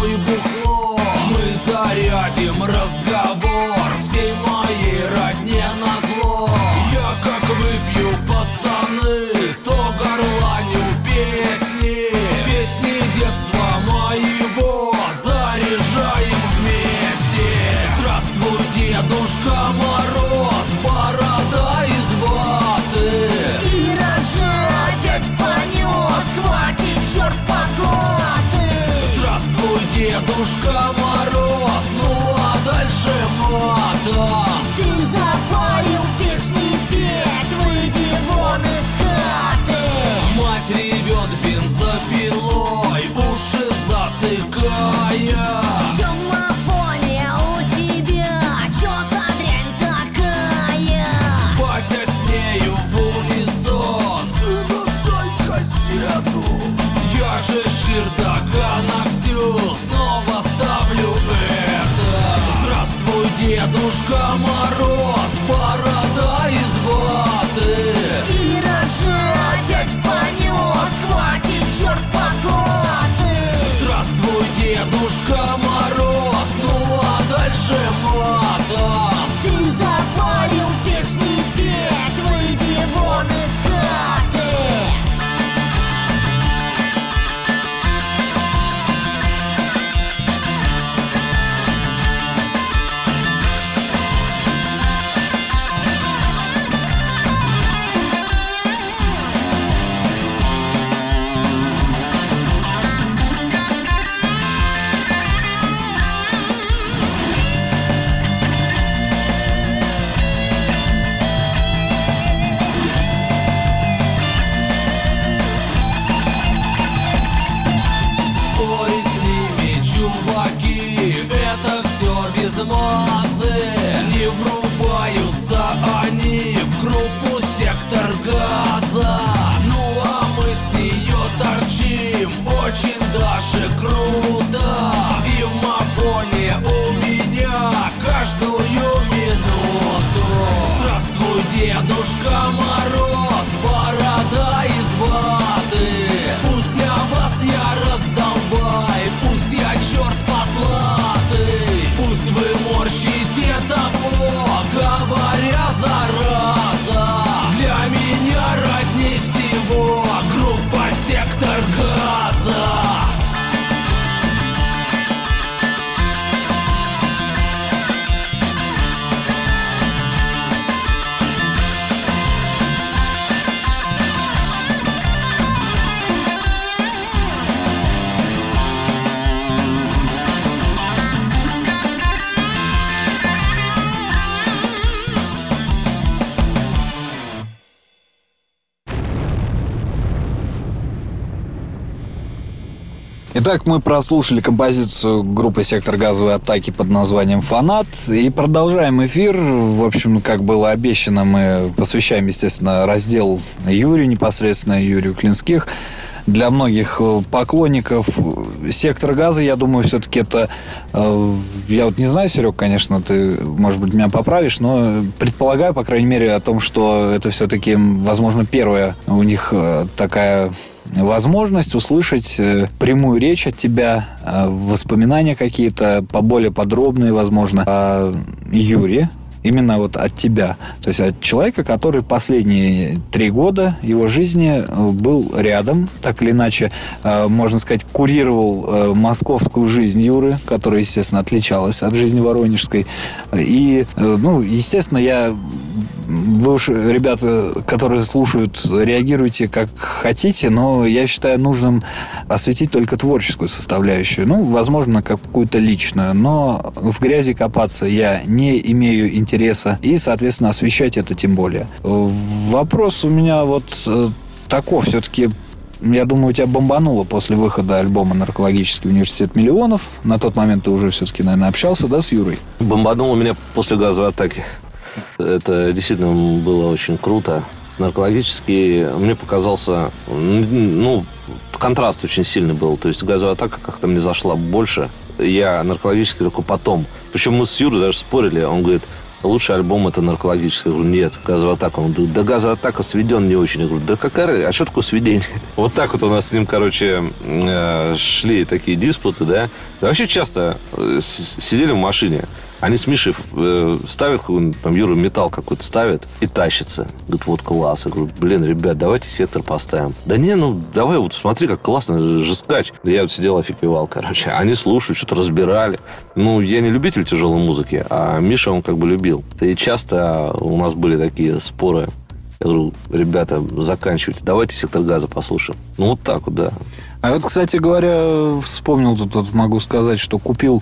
и бухло. Мы зарядим разговор всей моей родне назло. Я как выпью, пацаны, то горланю песни. Песни детства моего заряжаем вместе. Здравствуй, Дедушка Мороз, борода из ваты. И Раджа опять понес, хватит, черт, поклады. Здравствуй, Дедушка Мороз, ну а дальше матом. Ты запарил песни петь, выйди вон из хаты. Мать ревет бензопилой, уши затыкая. Чё в мафоне у тебя, чё за дрянь такая? Батя с нею в унисон: сыну, дай кассету. Я же с чердака на всю снова ставлю это. Здравствуй, Дедушка Мороз, борода из ваты. И Раджа опять понес, хватит, черт, поклады. Здравствуй, Дедушка Мороз, ну а дальше матом. Ты запарил песни петь, выйди вон из хаты. Спорить с ними, чуваки, это все без мазы. Не врубаются они в группу «Сектор газа». Ну а мы с нее торчим очень даже круто. И в мафоне у меня каждую минуту. Здравствуй, Дедушка Мороз, борода из ваты. Пусть для вас я раздолбай, пусть я черт потлатый. Пусть вы морщите табло, говоря зараза. Для меня родней всего группа «Сектор газа». Итак, мы прослушали композицию группы «Сектор газовой атаки» под названием «Фанат» и продолжаем эфир. В общем, как было обещано, мы посвящаем, естественно, раздел Юрию, непосредственно Юрию Клинских. Для многих поклонников «Сектор газа», я думаю, все-таки это... Я вот не знаю, Серег, конечно, ты, может быть, меня поправишь, но предполагаю, по крайней мере, о том, что это все-таки, возможно, первая у них такая... возможность услышать прямую речь от тебя, воспоминания какие-то, поболее подробные, возможно, о Юре. Именно вот от тебя. То есть от человека, который последние 3 года его жизни был рядом, так или иначе, можно сказать, курировал московскую жизнь Юры, которая, естественно, отличалась от жизни воронежской. И, ну, естественно, вы уж, ребята, которые слушают, реагируйте как хотите, но я считаю нужным осветить только творческую составляющую. Ну, возможно, какую-то личную. Но в грязи копаться я не имею интереса и, соответственно, освещать это тем более. Вопрос у меня вот такой. Все-таки, я думаю, у тебя бомбануло после выхода альбома «Наркологический университет миллионов». На тот момент ты уже все-таки, наверное, общался, да, с Юрой? Бомбануло меня после газовой атаки. Это действительно было очень круто. Наркологический мне показался... Ну, контраст очень сильный был. То есть газовая атака как-то мне зашла больше. Я наркологический только потом. Причем мы с Юрой даже спорили. Он говорит, лучший альбом это наркологический. Я говорю, нет, газовая атака. Он говорит, да газовая атака сведен не очень. Я говорю, да какая, а что такое сведение? Вот так вот у нас с ним, шли такие диспуты, да. Да вообще часто сидели в машине. Они с Мишей ставят какой-нибудь, там, Юра металл какой-то ставит и тащится. Говорит, вот класс. Я говорю, блин, ребят, давайте сектор поставим. Да не, давай, вот смотри, как классно, жесткач. Да я вот сидел, офигевал, Они слушают, что-то разбирали. Я не любитель тяжелой музыки, а Миша, он любил. И часто у нас были такие споры. Я говорю, ребята, заканчивайте, давайте «Сектор газа» послушаем. Вот так вот, да. А вот, кстати говоря, вспомнил тут могу сказать, что купил...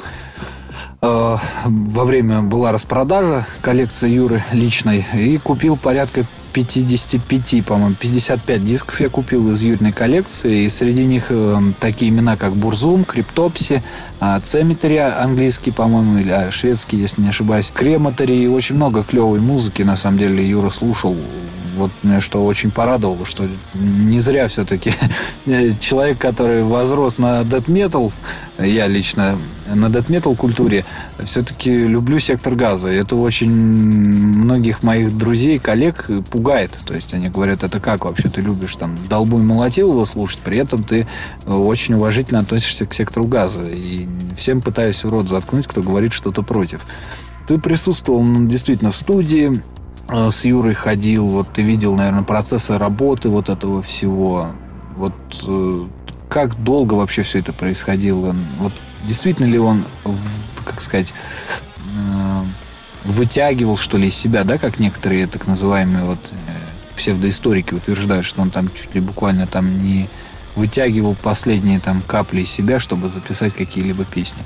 Во время была распродажа коллекции Юры личной, и купил порядка 55, по-моему, 55 дисков я купил из Юриной коллекции, и среди них такие имена, как Бурзум, Криптопси, Cemetery английский, по-моему, или шведский, если не ошибаюсь, Крематори, и очень много клевой музыки, на самом деле, Юра слушал. Вот меня что очень порадовало, что не зря все-таки человек, который возрос на дэт-метал, я лично на дэт-метал культуре, все-таки люблю «Сектор газа». И это очень многих моих друзей, коллег пугает. То есть они говорят, это как вообще ты любишь там Долбу и Молотилова слушать, при этом ты очень уважительно относишься к «Сектору газа». И всем пытаюсь рот заткнуть, кто говорит что-то против. Ты присутствовал действительно в студии, с Юрой ходил, вот ты видел, наверное, процессы работы вот этого всего. Вот как долго вообще все это происходило? Вот действительно ли он, как сказать, вытягивал, что ли, из себя, да, как некоторые так называемые вот псевдоисторики утверждают, что он там чуть ли буквально там не вытягивал последние там капли из себя, чтобы записать какие-либо песни?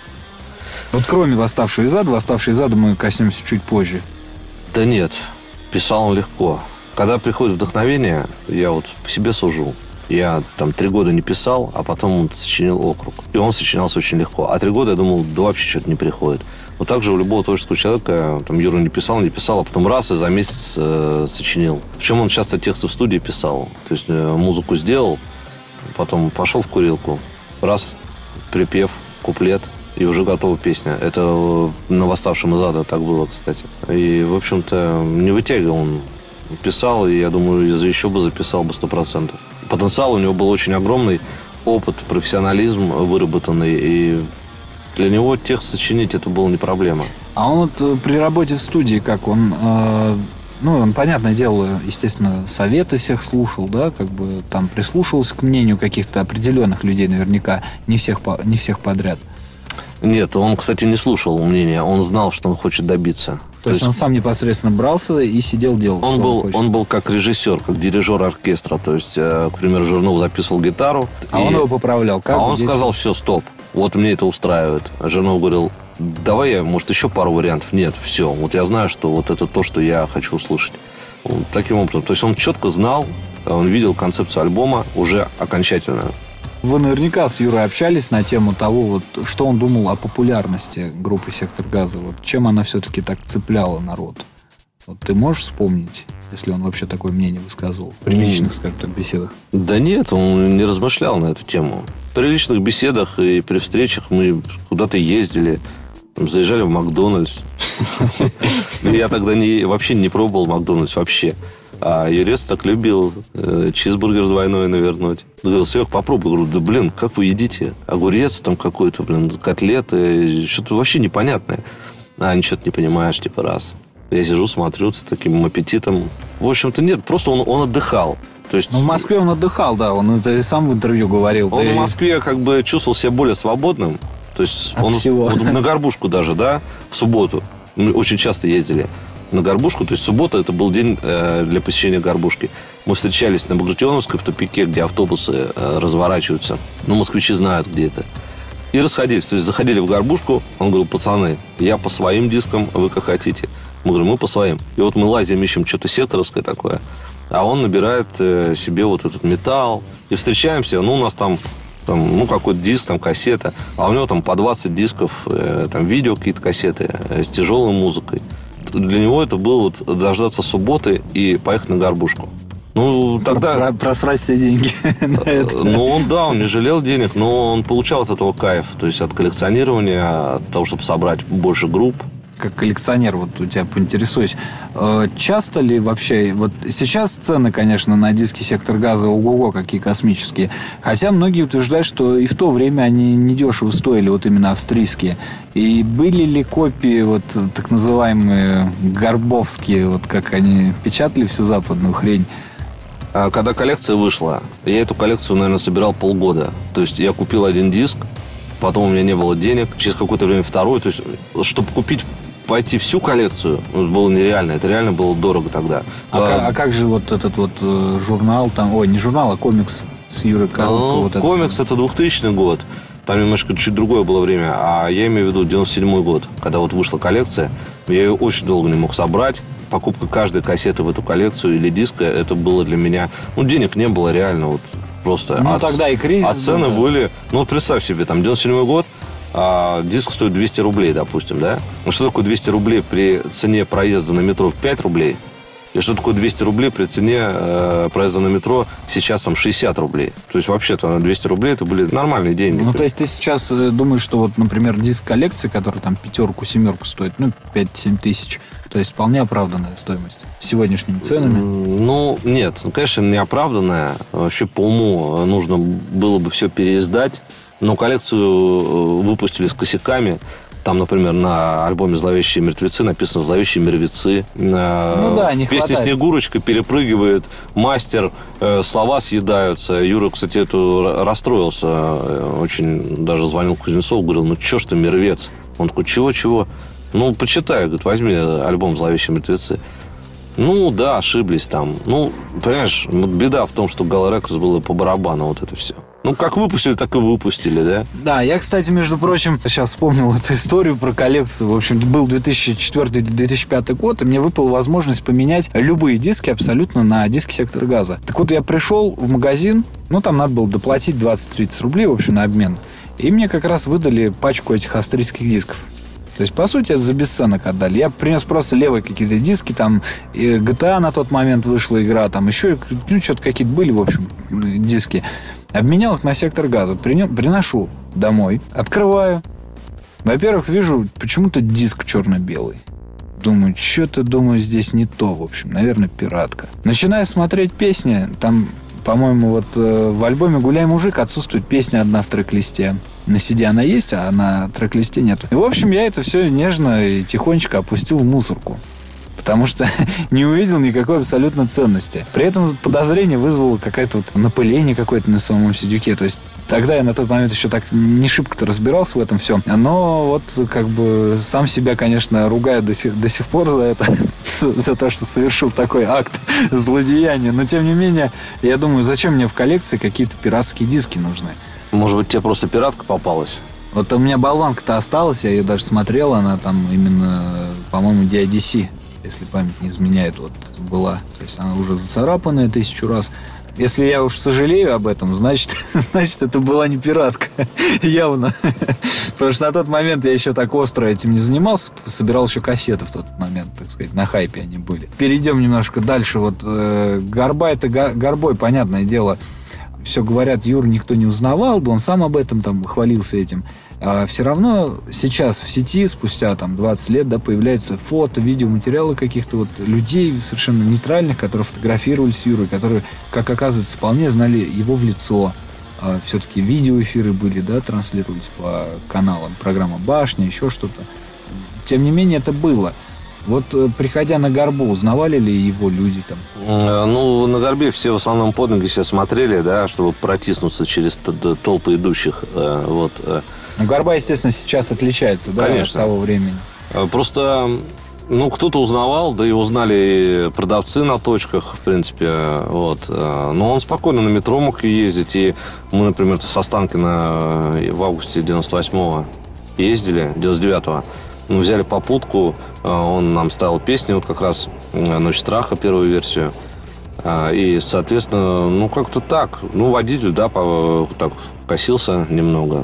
Вот кроме «Восставшего из ада» мы коснемся чуть позже. Да нет, писал он легко. Когда приходит вдохновение, я вот по себе сужу. Я там 3 года не писал, а потом сочинил «Округ». И он сочинялся очень легко. А 3 года я думал, да вообще что-то не приходит. Вот так же у любого творческого человека, там Юра не писал, а потом раз и за месяц сочинил. Причем он часто тексты в студии писал. То есть музыку сделал, потом пошел в курилку. Раз, припев, куплет. И уже готова песня. Это на «Восставшем из ада» так было, кстати. И, в общем-то, не вытягивал он. Писал, и я думаю, еще бы записал бы 100%. Потенциал у него был очень огромный. Опыт, профессионализм выработанный. И для него текст сочинить это было не проблема. А он вот при работе в студии, как он... он, понятное дело, естественно, советы всех слушал, да, там прислушивался к мнению каких-то определенных людей наверняка. Не всех подряд. Нет, он, кстати, не слушал мнения. Он знал, что он хочет добиться. То есть он сам непосредственно брался и сидел, делал, он был как режиссер, как дирижер оркестра. То есть, к примеру, Жирнов записывал гитару. Он его поправлял. Он сказал, все, стоп, вот мне это устраивает. Жирнов говорил, давай я, может, еще пару вариантов. Нет, все, вот я знаю, что вот это то, что я хочу услышать. Вот таким образом. То есть он четко знал, он видел концепцию альбома уже окончательную. Вы наверняка с Юрой общались на тему того, вот, что он думал о популярности группы «Сектор газа». Вот, чем она все-таки так цепляла народ? Вот ты можешь вспомнить, если он вообще такое мнение высказывал при личных, скажем так, беседах? Да нет, он не размышлял на эту тему. При личных беседах и при встречах мы куда-то ездили, заезжали в Макдональдс. Я тогда вообще не пробовал Макдональдс вообще. А Юрец так любил чизбургер двойной навернуть. Говорил, Серег, попробуй. Говорю, да блин, как вы едите? Огурец там какой-то, котлеты, что-то вообще непонятное. Они что-то не понимаешь, раз. Я сижу, смотрю с таким аппетитом. В общем-то, нет, просто он отдыхал. То есть, в Москве он отдыхал, да, он это и сам в интервью говорил. Он в Москве чувствовал себя более свободным. То есть он на Горбушку даже, да, в субботу. Мы очень часто ездили на Горбушку. То есть суббота это был день для посещения Горбушки. Мы встречались на Багратионовской в тупике, где автобусы разворачиваются. Москвичи знают, где это. И расходились. То есть заходили в Горбушку. Он говорил, пацаны, я по своим дискам, вы как хотите. Мы говорим, мы по своим. И вот мы лазим, ищем что-то секторовское такое. А он набирает себе вот этот металл. И встречаемся. У нас там какой-то диск, там кассета. А у него там по 20 дисков, там видео какие-то кассеты с тяжелой музыкой. Для него это было дождаться субботы и поехать на Горбушку. Тогда... Просрать все деньги на это. Он не жалел денег, но он получал от этого кайф. То есть от коллекционирования, от того, чтобы собрать больше групп. как коллекционер, вот у тебя поинтересуюсь, часто ли вообще, вот сейчас цены, конечно, на диски «Сектор газа» ого-го какие космические, хотя многие утверждают, что и в то время они недешево стоили, вот именно австрийские. И были ли копии, вот так называемые горбовские, вот как они печатали всю западную хрень? Когда коллекция вышла, я эту коллекцию, наверное, собирал полгода. То есть я купил один диск, потом у меня не было денег, через какое-то время второй. То есть, чтобы купить, пойти всю коллекцию, было нереально. Это реально было дорого тогда. А как же вот этот вот журнал, там, ой, не журнал, а комикс с Юрой Коробко? Вот комикс это 2000 год. Там немножко чуть другое было время. А я имею в виду 97 год, когда вот вышла коллекция. Я ее очень долго не мог собрать. Покупка каждой кассеты в эту коллекцию или диска, это было для меня... Ну, денег не было реально, вот просто. Ну, тогда и кризис. А цены были... Ну, вот представь себе, там, 97 год, а диск стоит 200 рублей, допустим, да? Ну, что такое 200 рублей при цене проезда на метро в 5 рублей? И что такое 200 рублей при цене проезда на метро сейчас там 60 рублей? То есть вообще-то 200 рублей это были нормальные деньги. Ну, то есть ты сейчас думаешь, что вот, например, диск коллекции, который там 5-7 стоит, ну, 5-7 тысяч, то есть вполне оправданная стоимость с сегодняшними ценами? Ну, нет, конечно, не оправданная. Вообще по уму нужно было бы все переиздать. Но коллекцию выпустили с косяками. Там, например, на альбоме «Зловещие мертвецы» написано «Зловещие мертвецы». Ну да, не песня хватает. «Снегурочка» перепрыгивает, мастер, слова съедаются. Юра, кстати, расстроился. Очень даже звонил Кузнецову, говорил, ну чё ж ты, мертвец? Он такой, чего? Ну, почитай, говорит, возьми альбом «Зловещие мертвецы». Ну, да, ошиблись там. Ну, понимаешь, вот беда в том, что Gala Records было по барабану вот это все. Ну, как выпустили, так и выпустили, да? Да, я, кстати, между прочим, сейчас вспомнил эту историю про коллекцию. В общем, был 2004-2005 год, и мне выпала возможность поменять любые диски абсолютно на диски «Сектор газа». Так вот, я пришел в магазин, ну, там надо было доплатить 20-30 рублей, в общем, на обмен. И мне как раз выдали пачку этих австрийских дисков. То есть, по сути, это за бесценок отдали. Я принес просто левые какие-то диски, там GTA на тот момент вышла игра, там еще, ну, что-то какие-то были, в общем, диски. Обменял их на «Сектор газа», приношу домой, открываю. Во-первых, вижу почему-то диск черно-белый. Думаю, что-то, здесь не то, в общем, наверное, пиратка. Начинаю смотреть песни, там, по-моему, вот в альбоме «Гуляй, мужик» отсутствует песня одна в трек-листе. На CD она есть, а на трек-листе нет. И, в общем, я это все нежно и тихонечко опустил в мусорку. Потому что не увидел никакой абсолютно ценности. При этом подозрение вызвало какое-то вот напыление какое-то на самом сидюке. То есть тогда я на тот момент еще так не шибко-то разбирался в этом всем. Но вот как бы сам себя, конечно, ругаю до сих пор за это. За то, что совершил такой акт злодеяния. Но тем не менее, я думаю, зачем мне в коллекции какие-то пиратские диски нужны? Может быть, тебе просто пиратка попалась? Вот у меня болванка-то осталась, я ее даже смотрел, она там именно, по-моему, DIDC, если память не изменяет, вот была. То есть она уже зацарапанная 1000 раз. Если я уж сожалею об этом, значит это была не пиратка. Явно. Потому что на тот момент я еще так остро этим не занимался. Собирал еще кассеты в тот момент, так сказать. На хайпе они были. Перейдем немножко дальше. Вот Горба это Горбой, понятное дело. Все говорят, Юр никто не узнавал, да он сам об этом там хвалился этим. А все равно сейчас в сети, спустя там 20 лет, да, появляются фото, видеоматериалы каких-то вот людей совершенно нейтральных, которые фотографировались с Юрой, которые, как оказывается, вполне знали его в лицо. А все-таки видеоэфиры были, да, транслировались по каналам, программа «Башня», еще что-то. Тем не менее, это было. Вот, приходя на Горбу, узнавали ли его люди там? Ну, на Горбе все в основном под ноги себя смотрели, да, чтобы протиснуться через толпы идущих. Вот. Ну, Горба, естественно, сейчас отличается, да, от того времени. Просто, ну, кто-то узнавал, да и узнали продавцы на точках, в принципе, вот. Но он спокойно на метро мог ездить, и мы, например, с Останкина в августе 98-го ездили, 99-го. Мы взяли попутку, он нам ставил песни, вот как раз «Ночь страха», первую версию. И, соответственно, ну, как-то так. Ну, водитель, да, так косился немного.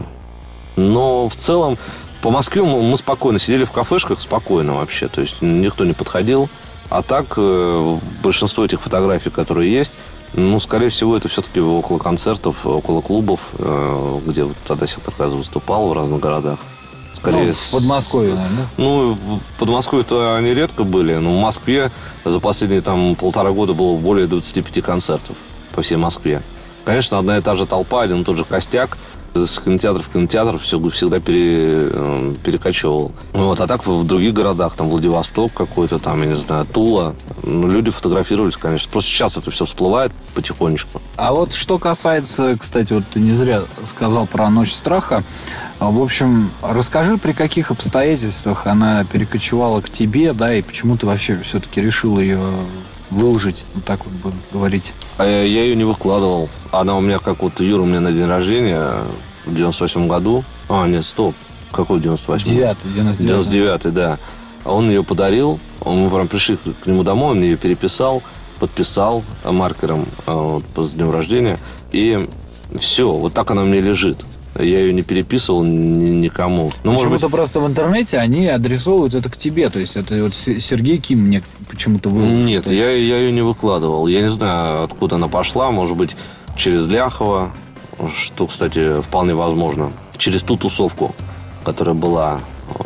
Но в целом по Москве мы спокойно сидели в кафешках, спокойно вообще. То есть никто не подходил. А так, большинство этих фотографий, которые есть, ну, скорее всего, это все-таки около концертов, около клубов, где вот тогда «Сектор газа» выступал в разных городах. скорее... в Подмосковье, наверное, да? Ну, в Подмосковье-то они редко были, но в Москве за последние там 1,5 года было более 25 концертов по всей Москве. Конечно, одна и та же толпа, один и тот же костяк с кинотеатра в кинотеатр всегда перекочевывал. Вот, а так в других городах, там Владивосток какой-то, там, я не знаю, Тула, люди фотографировались, конечно. Просто сейчас это все всплывает потихонечку. А вот что касается, кстати, вот ты не зря сказал про «Ночь страха». В общем, расскажи, при каких обстоятельствах она перекочевала к тебе, да, и почему ты вообще все-таки решил ее выложить, вот так вот будем говорить. А я ее не выкладывал. Она у меня, как вот Юра у меня на день рождения в 98-м году. Нет, стоп. Какой 98-й? 99-й, да. Он ее подарил. Мы прям пришли к нему домой, он ее переписал, подписал маркером с днем рождения. И все, вот так она у меня лежит. Я ее не переписывал никому. Почему-то просто в интернете они адресовывают это к тебе. То есть это вот Сергей Ким мне почему-то выложил. Нет, я ее не выкладывал. Я не знаю, откуда она пошла. Может быть, через Ляхова, что, кстати, вполне возможно. Через ту тусовку, которая была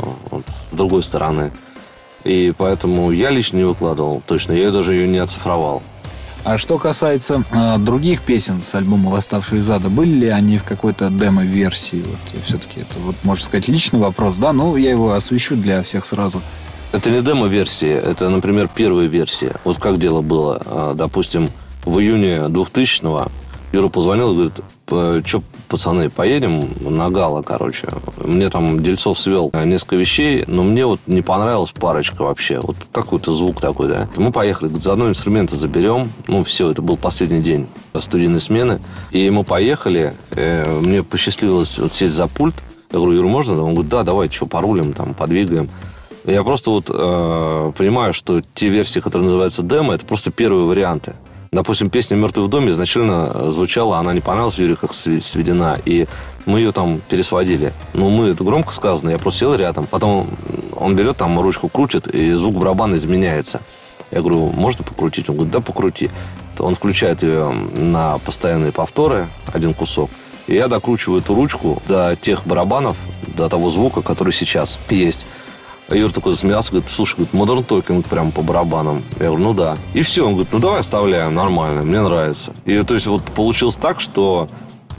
с другой стороны. И поэтому я лично не выкладывал. Точно, я даже ее не оцифровал. А что касается других песен с альбома «Восставшие из ада», были ли они в какой-то демо-версии? Вот, все-таки это, вот, можно сказать, личный вопрос, да? Но я его освещу для всех сразу. Это не демо-версия, это, например, первая версия. Вот как дело было. Допустим, в июне 2000-го Юра позвонил и говорит: что, пацаны, поедем на гало, короче. Мне там Дельцов свел несколько вещей, но мне вот не понравилась парочка вообще. Вот какой-то звук такой, да. Мы поехали, говорит, заодно инструменты заберем. Ну, все, это был последний день студийной смены. И мы поехали, мне посчастливилось вот сесть за пульт. Я говорю: Юра, можно? Он говорит: да, давай, что, порулим, там, подвигаем. Я просто вот понимаю, что те версии, которые называются демо, это просто первые варианты. Допустим, песня «Мертвый в доме» изначально звучала, она не понравилась Юре, как сведена, и мы ее там пересводили. Ну, это громко сказано, я просто сел рядом. Потом он берет, там ручку крутит, и звук барабана изменяется. Я говорю: можно покрутить? Он говорит: да, покрути. Он включает ее на постоянные повторы, один кусок, и я докручиваю эту ручку до тех барабанов, до того звука, который сейчас есть. Юра такой засмеялся, говорит: слушай, модерн токинг прям по барабанам. Я говорю: ну да. И все, он говорит: ну давай оставляем, нормально, мне нравится. И то есть вот получилось так, что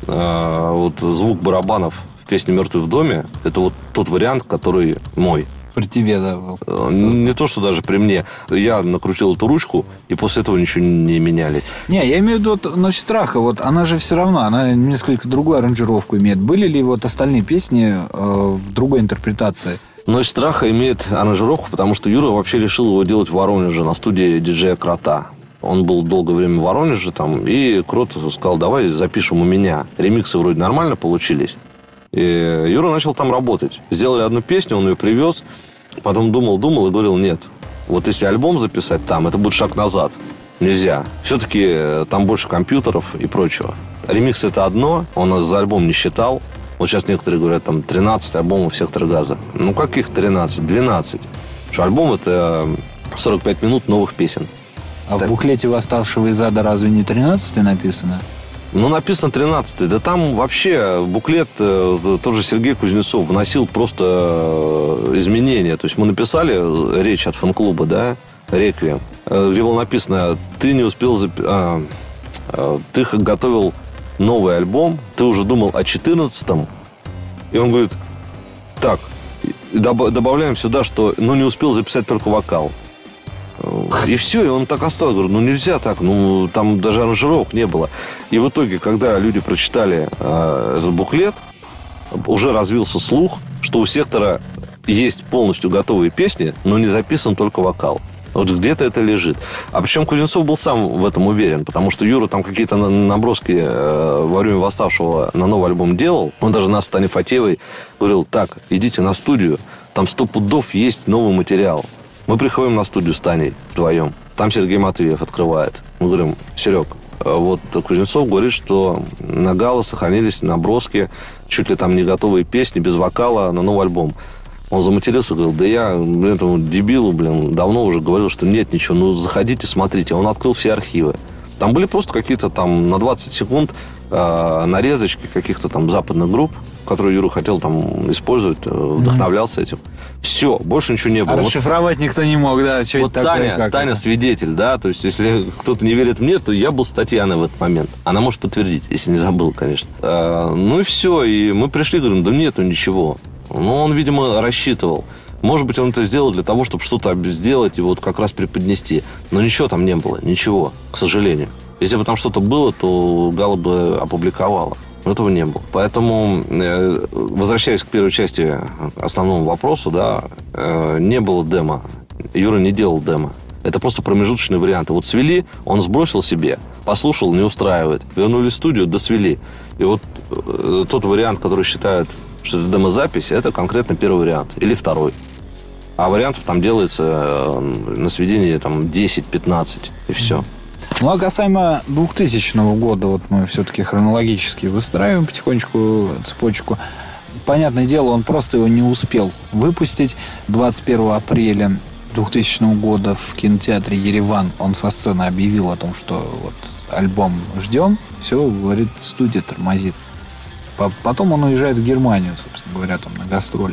вот звук барабанов в песне «Мертвый в доме» это вот тот вариант, который мой. При тебе, да, был. Не то, что даже при мне. Я накрутил эту ручку, и после этого ничего не меняли. Не, я имею в виду вот «Ночь страха». Вот она же все равно, она несколько другую аранжировку имеет. Были ли вот остальные песни в другой интерпретации? «Ночь страха» имеет аранжировку, потому что Юра вообще решил его делать в Воронеже на студии диджея Крота. Он был долгое время в Воронеже там, и Крот сказал: давай запишем у меня. Ремиксы вроде нормально получились. И Юра начал там работать. Сделали одну песню, он ее привез. Потом думал и говорил: нет, вот если альбом записать там, это будет шаг назад. Нельзя. Все-таки там больше компьютеров и прочего. Ремикс — это одно, он за альбом не считал. Вот сейчас некоторые говорят, там 13 альбомов «Сектора газа». Ну, каких 13? 12. Потому что альбом — это 45 минут новых песен. А в буклете «Восставшего из ада» разве не 13-й написано? Ну, написано 13-й. Да там вообще буклет тот же Сергей Кузнецов вносил просто изменения. То есть мы написали речь от фан-клуба, да, «Реквием», где было написано: ты не успел ты готовил новый альбом, ты уже думал о 14-м. И он говорит: так, добавляем сюда, что не успел записать только вокал. И все, и он так оставил. Говорю: нельзя так, там даже аранжировок не было. И в итоге, когда люди прочитали этот буклет, уже развился слух, что у «Сектора» есть полностью готовые песни, но не записан только вокал. Вот где-то это лежит. А причем Кузнецов был сам в этом уверен, потому что Юра там какие-то наброски во время «Восставшего» на новый альбом делал. Он даже нас с Таней Фатеевой говорил: так, идите на студию, там 100 пудов есть новый материал. Мы приходим на студию с Таней вдвоем. Там Сергей Матвеев открывает. Мы говорим: Серег, вот Кузнецов говорит, что на гало сохранились наброски, чуть ли там не готовые песни, без вокала на новый альбом. Он заматерился, говорил: да я, этому дебилу, давно уже говорил, что нет ничего, заходите, смотрите. Он открыл все архивы. Там были просто какие-то там на 20 секунд нарезочки каких-то там западных групп, которые Юра хотел там использовать, вдохновлялся этим. Все, больше ничего не было. А расшифровать никто не мог, да? Что Вот это такое, Таня свидетель, да, то есть если кто-то не верит мне, то я был с Татьяной в этот момент. Она может подтвердить, если не забыл, конечно. Ну и все, и мы пришли, говорим, да нету ничего. Ну, он, видимо, рассчитывал. Может быть, он это сделал для того, чтобы что-то сделать и вот как раз преподнести. Но ничего там не было, ничего, к сожалению. Если бы там что-то было, то Гала бы опубликовала. Но этого не было. Поэтому, возвращаясь к первой части, основному вопросу, да, не было демо. Юра не делал демо. Это просто промежуточные варианты. Вот свели, он сбросил себе, послушал, не устраивает. Вернули в студию, досвели. И вот тот вариант, который считают, что это демозапись, это конкретно первый вариант. Или второй. А вариантов там делается на сведении там 10-15, и все. Ну, а касаемо 2000 года, вот мы все-таки хронологически выстраиваем потихонечку цепочку. Понятное дело, он просто его не успел выпустить. 21 апреля 2000 года в кинотеатре «Ереван» он со сцены объявил о том, что вот альбом ждем. Все, говорит, студия тормозит. Потом он уезжает в Германию, собственно говоря, там на гастроли.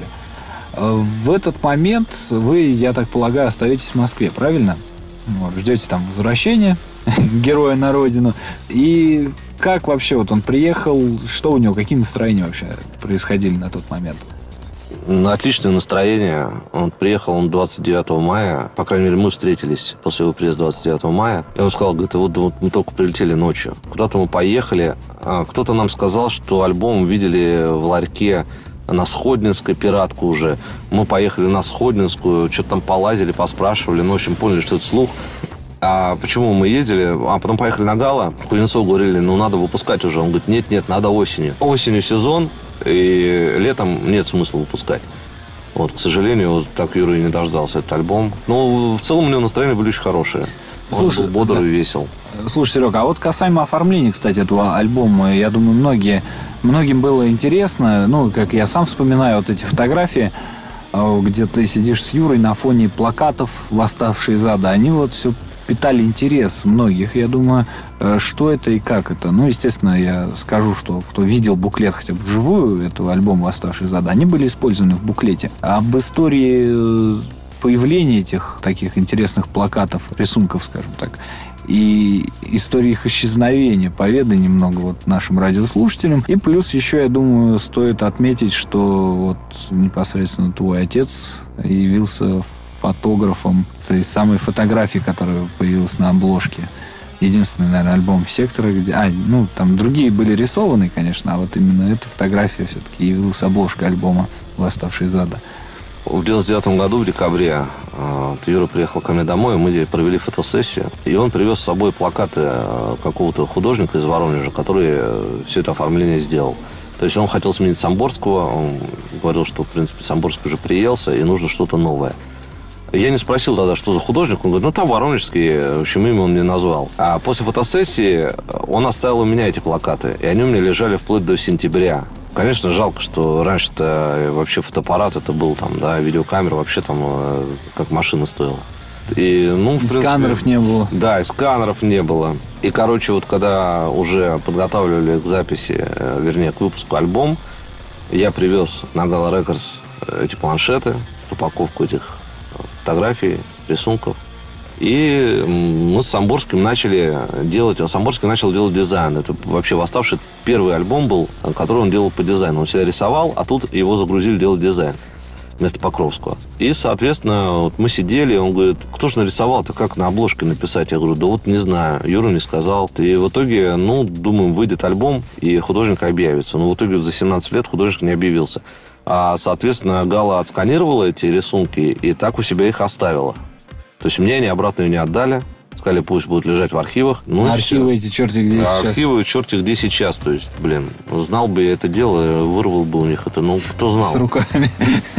В этот момент вы, я так полагаю, остаетесь в Москве, правильно? Вот, ждете там возвращения героя на родину. И как вообще вот он приехал, что у него, какие настроения вообще происходили на тот момент? Отличное настроение. Он приехал 29 мая. По крайней мере, мы встретились после его приезда 29 мая. И он сказал, говорит, вот мы только прилетели ночью. Куда-то мы поехали. Кто-то нам сказал, что альбом видели в ларьке на Сходнинской, пиратку уже. Мы поехали на Сходнинскую, что-то там полазили, поспрашивали. Но, в общем, поняли, что это слух. А почему мы ездили? А потом поехали на Гала. Кузнецову говорили, ну, надо выпускать уже. Он говорит, нет, надо осенью. Осенью сезон, и летом нет смысла выпускать. Вот, к сожалению, вот так Юра и не дождался этот альбом. Но в целом у него настроения были очень хорошие. Он был бодр и весел. Слушай, Серега, а вот касаемо оформления, кстати, этого альбома, я думаю, многим было интересно, ну, как я сам вспоминаю, вот эти фотографии, где ты сидишь с Юрой на фоне плакатов «Восставшие из ада», они вот все питали интерес многих. Я думаю, что это и как это. Ну, естественно, я скажу, что кто видел буклет хотя бы вживую этого альбома «Восставшие из ада», они были использованы в буклете. Об истории появления этих таких интересных плакатов, рисунков, скажем так, и истории их исчезновения поведай немного вот нашим радиослушателям. И плюс еще, я думаю, стоит отметить, что вот непосредственно твой отец явился фотографом той самой фотографии, которая появилась на обложке. Единственный, наверное, альбом «Сектора», где... там другие были рисованы, конечно, а вот именно эта фотография все-таки явилась обложкой альбома «Восставшие из ада». В 99 году, в декабре, Юра приехал ко мне домой, и мы провели фотосессию. И он привез с собой плакаты какого-то художника из Воронежа, который все это оформление сделал. То есть он хотел сменить Самборского, он говорил, что, в принципе, Самборский уже приелся, и нужно что-то новое. Я не спросил тогда, что за художник. Он говорит, там воронежский, в общем, имя он мне назвал. А после фотосессии он оставил у меня эти плакаты. И они у меня лежали вплоть до сентября. Конечно, жалко, что раньше-то вообще фотоаппарат это был там, да, видеокамера вообще там как машина стоила. И, в принципе, сканеров не было. Да, и сканеров не было. И, короче, вот когда уже подготавливали к записи, вернее, к выпуску альбом, я привез на Gala Records эти планшеты, упаковку этих фотографий, рисунков. И мы с Самборским начали делать... Самборский начал делать дизайн. Это вообще «Восставший» первый альбом был, который он делал по дизайну. Он всегда рисовал, а тут его загрузили делать дизайн вместо Покровского. И, соответственно, вот мы сидели, и он говорит, кто же нарисовал-то, как на обложке написать? Я говорю, да вот не знаю, Юра не сказал. И в итоге, думаем, выйдет альбом, и художник объявится. Но в итоге за 17 лет художник не объявился. А, соответственно, Гала отсканировала эти рисунки и так у себя их оставила. То есть мне они обратно не отдали. Сказали, пусть будут лежать в архивах. Архивы эти черти где сейчас. Архивы черти где сейчас. То есть, знал бы я это дело, вырвал бы у них это. Кто знал. С руками.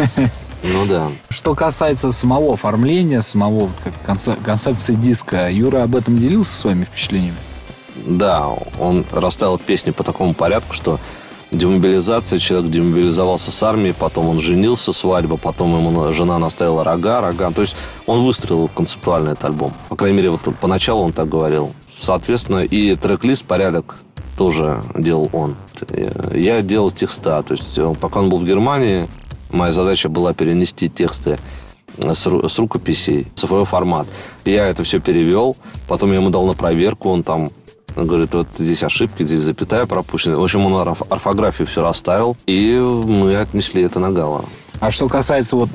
Да. Что касается самого оформления, самого концепции диска, Юра об этом делился своими впечатлениями? Да, он расставил песни по такому порядку, что демобилизация, человек демобилизовался с армии, потом он женился, свадьба, потом ему жена наставила рога. То есть он выстроил концептуально этот альбом. По крайней мере, вот поначалу он так говорил. Соответственно, и трек-лист, порядок тоже делал он. Я делал текста. То есть, пока он был в Германии, моя задача была перенести тексты с рукописей в цифровой формат. Я это все перевел, потом я ему дал на проверку, он там говорит, вот здесь ошибки, здесь запятая пропущена. В общем, он орфографию все расставил, и мы отнесли это на Гало. А что касается вот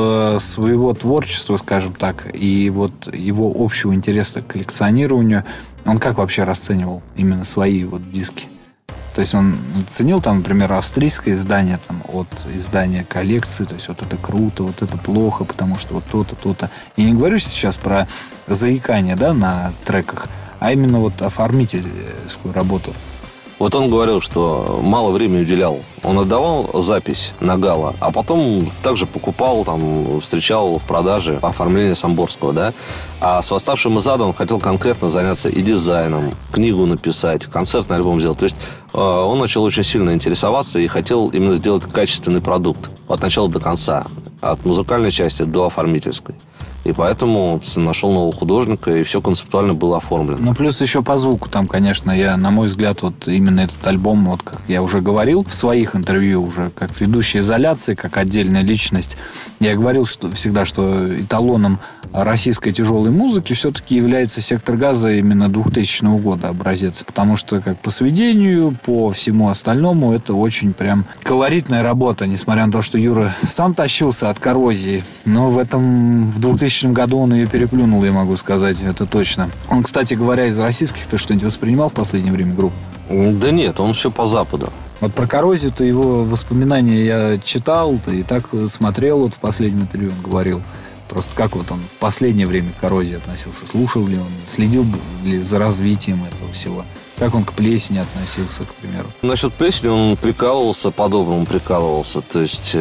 своего творчества, скажем так, и вот его общего интереса к коллекционированию, он как вообще расценивал именно свои вот диски? То есть он ценил там, например, австрийское издание там, от издания коллекции, то есть вот это круто, вот это плохо, потому что вот то-то, то-то. Я не говорю сейчас про заикание, да, на треках, а именно вот оформительскую работу. Вот он говорил, что мало времени уделял. Он отдавал запись на Гало, а потом также покупал, там, встречал в продаже оформление Самборского, да. А с «Восставшим из ада» он хотел конкретно заняться и дизайном, книгу написать, концертный альбом сделать. То есть он начал очень сильно интересоваться и хотел именно сделать качественный продукт от начала до конца, от музыкальной части до оформительской. И поэтому нашел нового художника, и все концептуально было оформлено. Ну, плюс еще по звуку там, конечно, на мой взгляд, вот именно этот альбом, вот как я уже говорил в своих интервью уже, как ведущий изоляции, как отдельная личность, я говорил всегда, что эталоном российской тяжелой музыки все-таки является «Сектор газа» именно 2000 года образец, потому что как по сведению, по всему остальному, это очень прям колоритная работа, несмотря на то, что Юра сам тащился от коррозии, но в 2000 году он ее переплюнул, я могу сказать, это точно. Он, кстати говоря, из российских, ты что-нибудь воспринимал в последнее время групп? Да нет, он все по Западу. Вот про коррозию-то его воспоминания я читал, и так смотрел, вот в последнем интервью он говорил. Просто как вот он в последнее время к коррозии относился? Слушал ли он, следил ли за развитием этого всего? Как он к плесени относился, к примеру? Насчет плесени он прикалывался, по-доброму прикалывался. То есть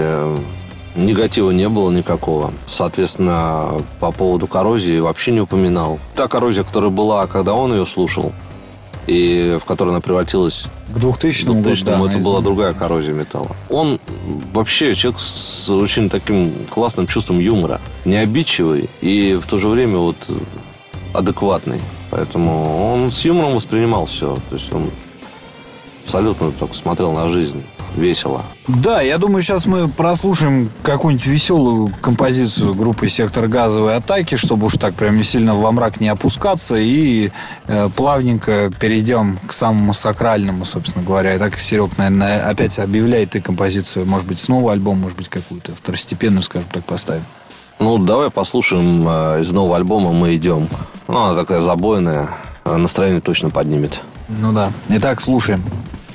негатива не было никакого. Соответственно, по поводу коррозии вообще не упоминал. Та коррозия, которая была, когда он ее слушал, и в которой она превратилась к 2000-му, это была другая коррозия металла. Он вообще человек с очень таким классным чувством юмора. Не обидчивый и в то же время вот адекватный. Поэтому он с юмором воспринимал все. То есть он абсолютно так смотрел на жизнь весело. Да, я думаю, сейчас мы прослушаем какую-нибудь веселую композицию группы «Сектор газовой атаки», чтобы уж так прям сильно во мрак не опускаться, и плавненько перейдем к самому сакральному, собственно говоря. И так, Серег, наверное, опять объявляй ты композицию, может быть, с нового альбома, может быть, какую-то второстепенную, скажем так, поставим. Ну, давай послушаем из нового альбома «Мы идем». Ну, она такая забойная, настроение точно поднимет. Ну да. Итак, слушаем.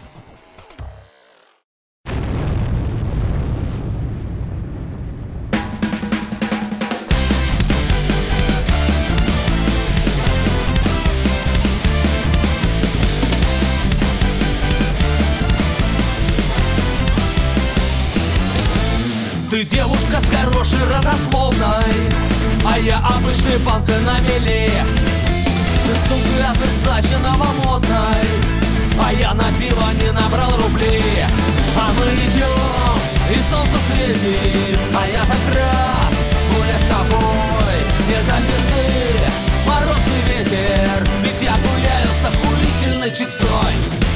Ты девушка с хорошей родословной, а я обычный панк на мели. Ты сумка от Versace новомодной, а я на пиво не набрал рублей. А мы идем, и солнце светит, а я так рад гулять с тобой. Не до пизды, морозный ветер, ведь я гуляю с охуительной чиксой.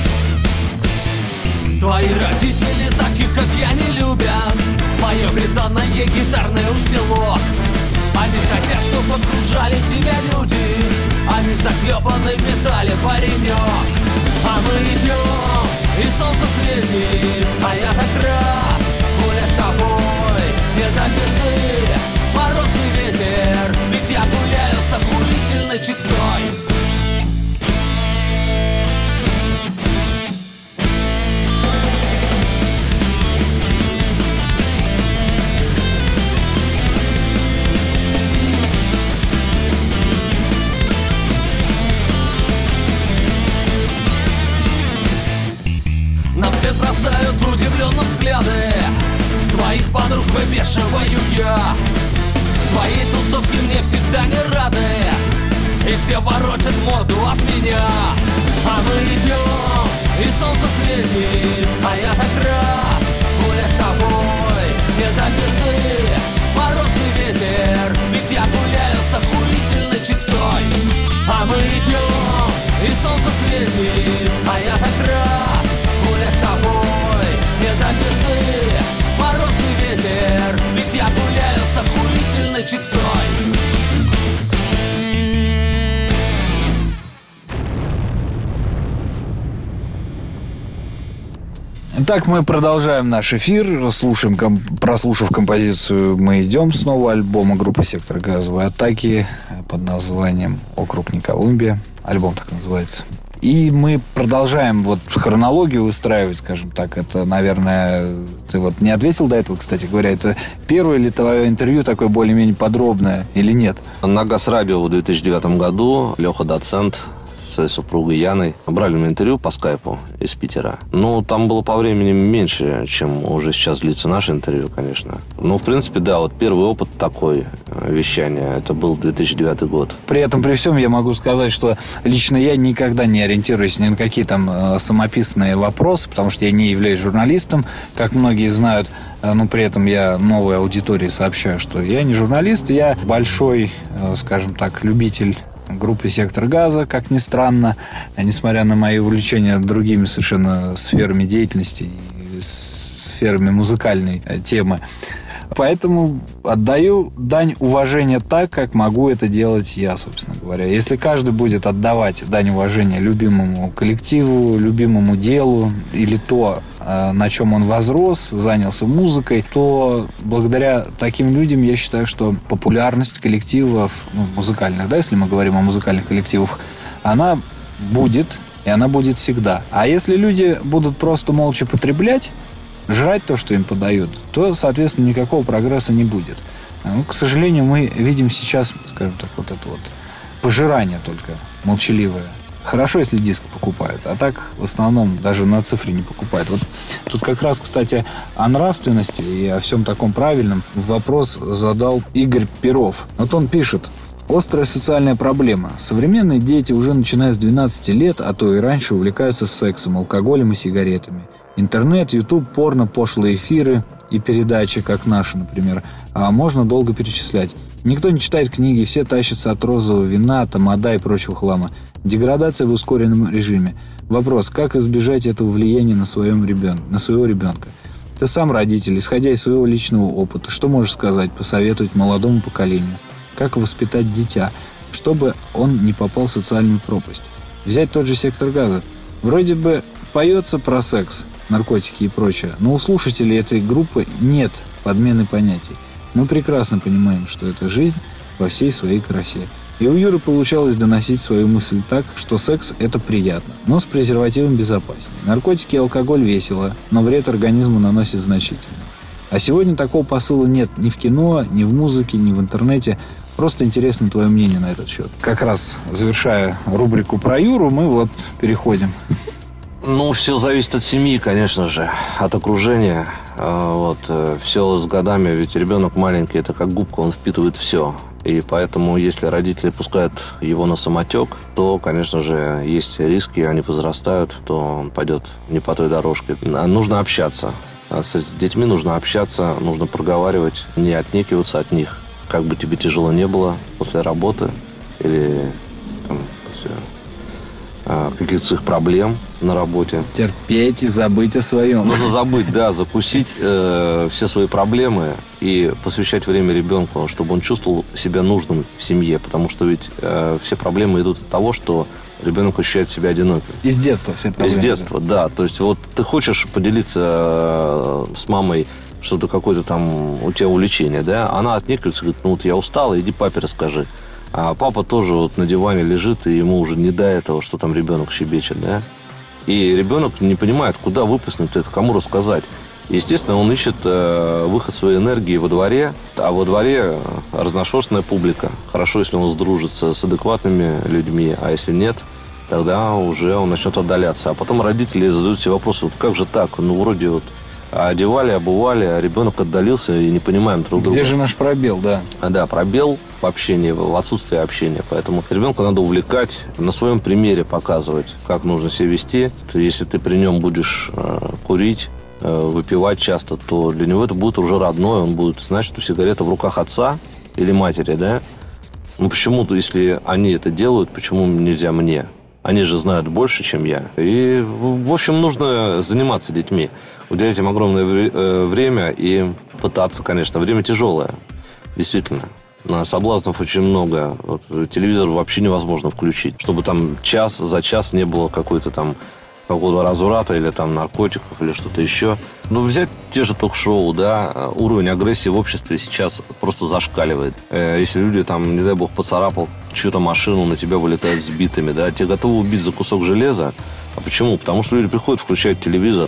Твои родители таких, как я, не любят мое бетонное гитарное усилок. Они хотят, чтобы окружали тебя люди, они заклепаны в металле, паренек. А мы идем, и солнце светит, а я так рад гулять с тобой. Не до пизды, морозный ветер, ведь я гуляю с охуительной чиксой. Бросают удивленно взгляды твоих подруг, выбешиваю я. В твоей тусовке мне всегда не рады, и все воротят морду от меня. А мы идем, и солнце светит, а я так рад гулять с тобой. Не до пизды, морозный ветер, ведь я гуляю с охуительной чиксой. А мы идем, и солнце светит, а я так рад Так, мы продолжаем наш эфир. Прослушав композицию «Мы идем» с нового альбома группы «Сектор газовой атаки» под названием «Округ не Колумбия». Альбом так называется. И мы продолжаем вот хронологию выстраивать, скажем так. Это, наверное, ты вот не ответил до этого, кстати говоря. Это первое ли твое интервью такое более-менее подробное или нет? На Газрадио в 2009 году Леха Доцент с своей супругой Яной брали мне интервью по скайпу из Питера. Ну, там было по времени меньше, чем уже сейчас длится наше интервью, конечно. Ну, в принципе, да, вот первый опыт такой вещания, это был 2009 год. При этом, при всем, я могу сказать, что лично я никогда не ориентируюсь ни на какие там самописные вопросы, потому что я не являюсь журналистом, как многие знают. Но при этом я новой аудитории сообщаю, что я не журналист, я большой, скажем так, любитель группы «Сектор газа», как ни странно, несмотря на мои увлечения другими совершенно сферами деятельности и сферами музыкальной темы. Поэтому отдаю дань уважения так, как могу это делать я, собственно говоря. Если каждый будет отдавать дань уважения любимому коллективу, любимому делу или то, на чем он возрос, занялся музыкой, то благодаря таким людям я считаю, что популярность коллективов музыкальных, да, если мы говорим о музыкальных коллективах, она будет, и она будет всегда. А если люди будут просто молча потреблять, жрать то, что им подают, то, соответственно, никакого прогресса не будет. Ну, к сожалению, мы видим сейчас, скажем так, вот это вот пожирание только молчаливое. Хорошо, если диск покупают, а так в основном даже на цифре не покупают. Вот тут как раз, кстати, о нравственности и о всем таком правильном вопрос задал Игорь Перов. Вот он пишет: острая социальная проблема. Современные дети уже начиная с 12 лет, а то и раньше, увлекаются сексом, алкоголем и сигаретами. Интернет, YouTube, порно, пошлые эфиры и передачи, как наши, например. А можно долго перечислять. Никто не читает книги, все тащатся от розового вина, тамада и прочего хлама. Деградация в ускоренном режиме. Вопрос: как избежать этого влияния на своего ребенка? Ты сам родитель, исходя из своего личного опыта, что можешь сказать, посоветовать молодому поколению? Как воспитать дитя, чтобы он не попал в социальную пропасть? Взять тот же «Сектор газа». Вроде бы поется про секс, наркотики и прочее, но у слушателей этой группы нет подмены понятий. Мы прекрасно понимаем, что это жизнь во всей своей красе. И у Юры получалось доносить свою мысль так, что секс – это приятно, но с презервативом безопаснее. Наркотики и алкоголь весело, но вред организму наносит значительно. А сегодня такого посыла нет ни в кино, ни в музыке, ни в интернете. Просто интересно твое мнение на этот счет. Как раз завершая рубрику про Юру, мы вот переходим. Ну, все зависит от семьи, конечно же, от окружения. Вот, все с годами, ведь ребенок маленький, это как губка, он впитывает все. И поэтому, если родители пускают его на самотек, то, конечно же, есть риски, они возрастают, то он пойдет не по той дорожке. Нужно общаться. С детьми нужно общаться, нужно проговаривать, не отнекиваться от них. Как бы тебе тяжело не было после работы или там, после каких-то своих проблем на работе. Терпеть и забыть о своем. Нужно забыть, да, закусить все свои проблемы и посвящать время ребенку, чтобы он чувствовал себя нужным в семье. Потому что ведь все проблемы идут от того, что ребенок ощущает себя одиноким. Из детства все проблемы. Из детства, да. То есть вот ты хочешь поделиться с мамой что-то какое-то там у тебя увлечение, да? Она отнекивается, говорит: ну вот я устала, иди папе расскажи. А папа тоже вот на диване лежит, и ему уже не до этого, что там ребенок щебечет, да? И ребенок не понимает, куда выплеснуть это, кому рассказать. Естественно, он ищет выход своей энергии во дворе, а во дворе разношерстная публика. Хорошо, если он сдружится с адекватными людьми, а если нет, тогда уже он начнет отдаляться. А потом родители задают себе вопросы: вот как же так? Ну, вроде вот одевали, обували, а ребенок отдалился, и не понимаем друг друга. Где же наш пробел, да? Да, пробел в общении, в отсутствии общения. Поэтому ребенка надо увлекать, на своем примере показывать, как нужно себя вести. Если ты при нем будешь курить, выпивать часто, то для него это будет уже родное. Он будет знать, что сигарета в руках отца или матери, да? Ну, почему-то, если они это делают, почему нельзя мне? Они же знают больше, чем я. И, в общем, нужно заниматься детьми. Уделять им огромное время и пытаться, конечно. Время тяжелое, действительно. Соблазнов очень много. Вот, телевизор вообще невозможно включить. Чтобы там час за час не было какой-то там какого-то разврата или там наркотиков или что-то еще. Ну, взять те же ток-шоу, да, уровень агрессии в обществе сейчас просто зашкаливает. Если люди там, не дай бог, поцарапал чью-то машину, на тебя вылетают сбитыми, да, тебя готовы убить за кусок железа. А почему? Потому что люди приходят, включают телевизор,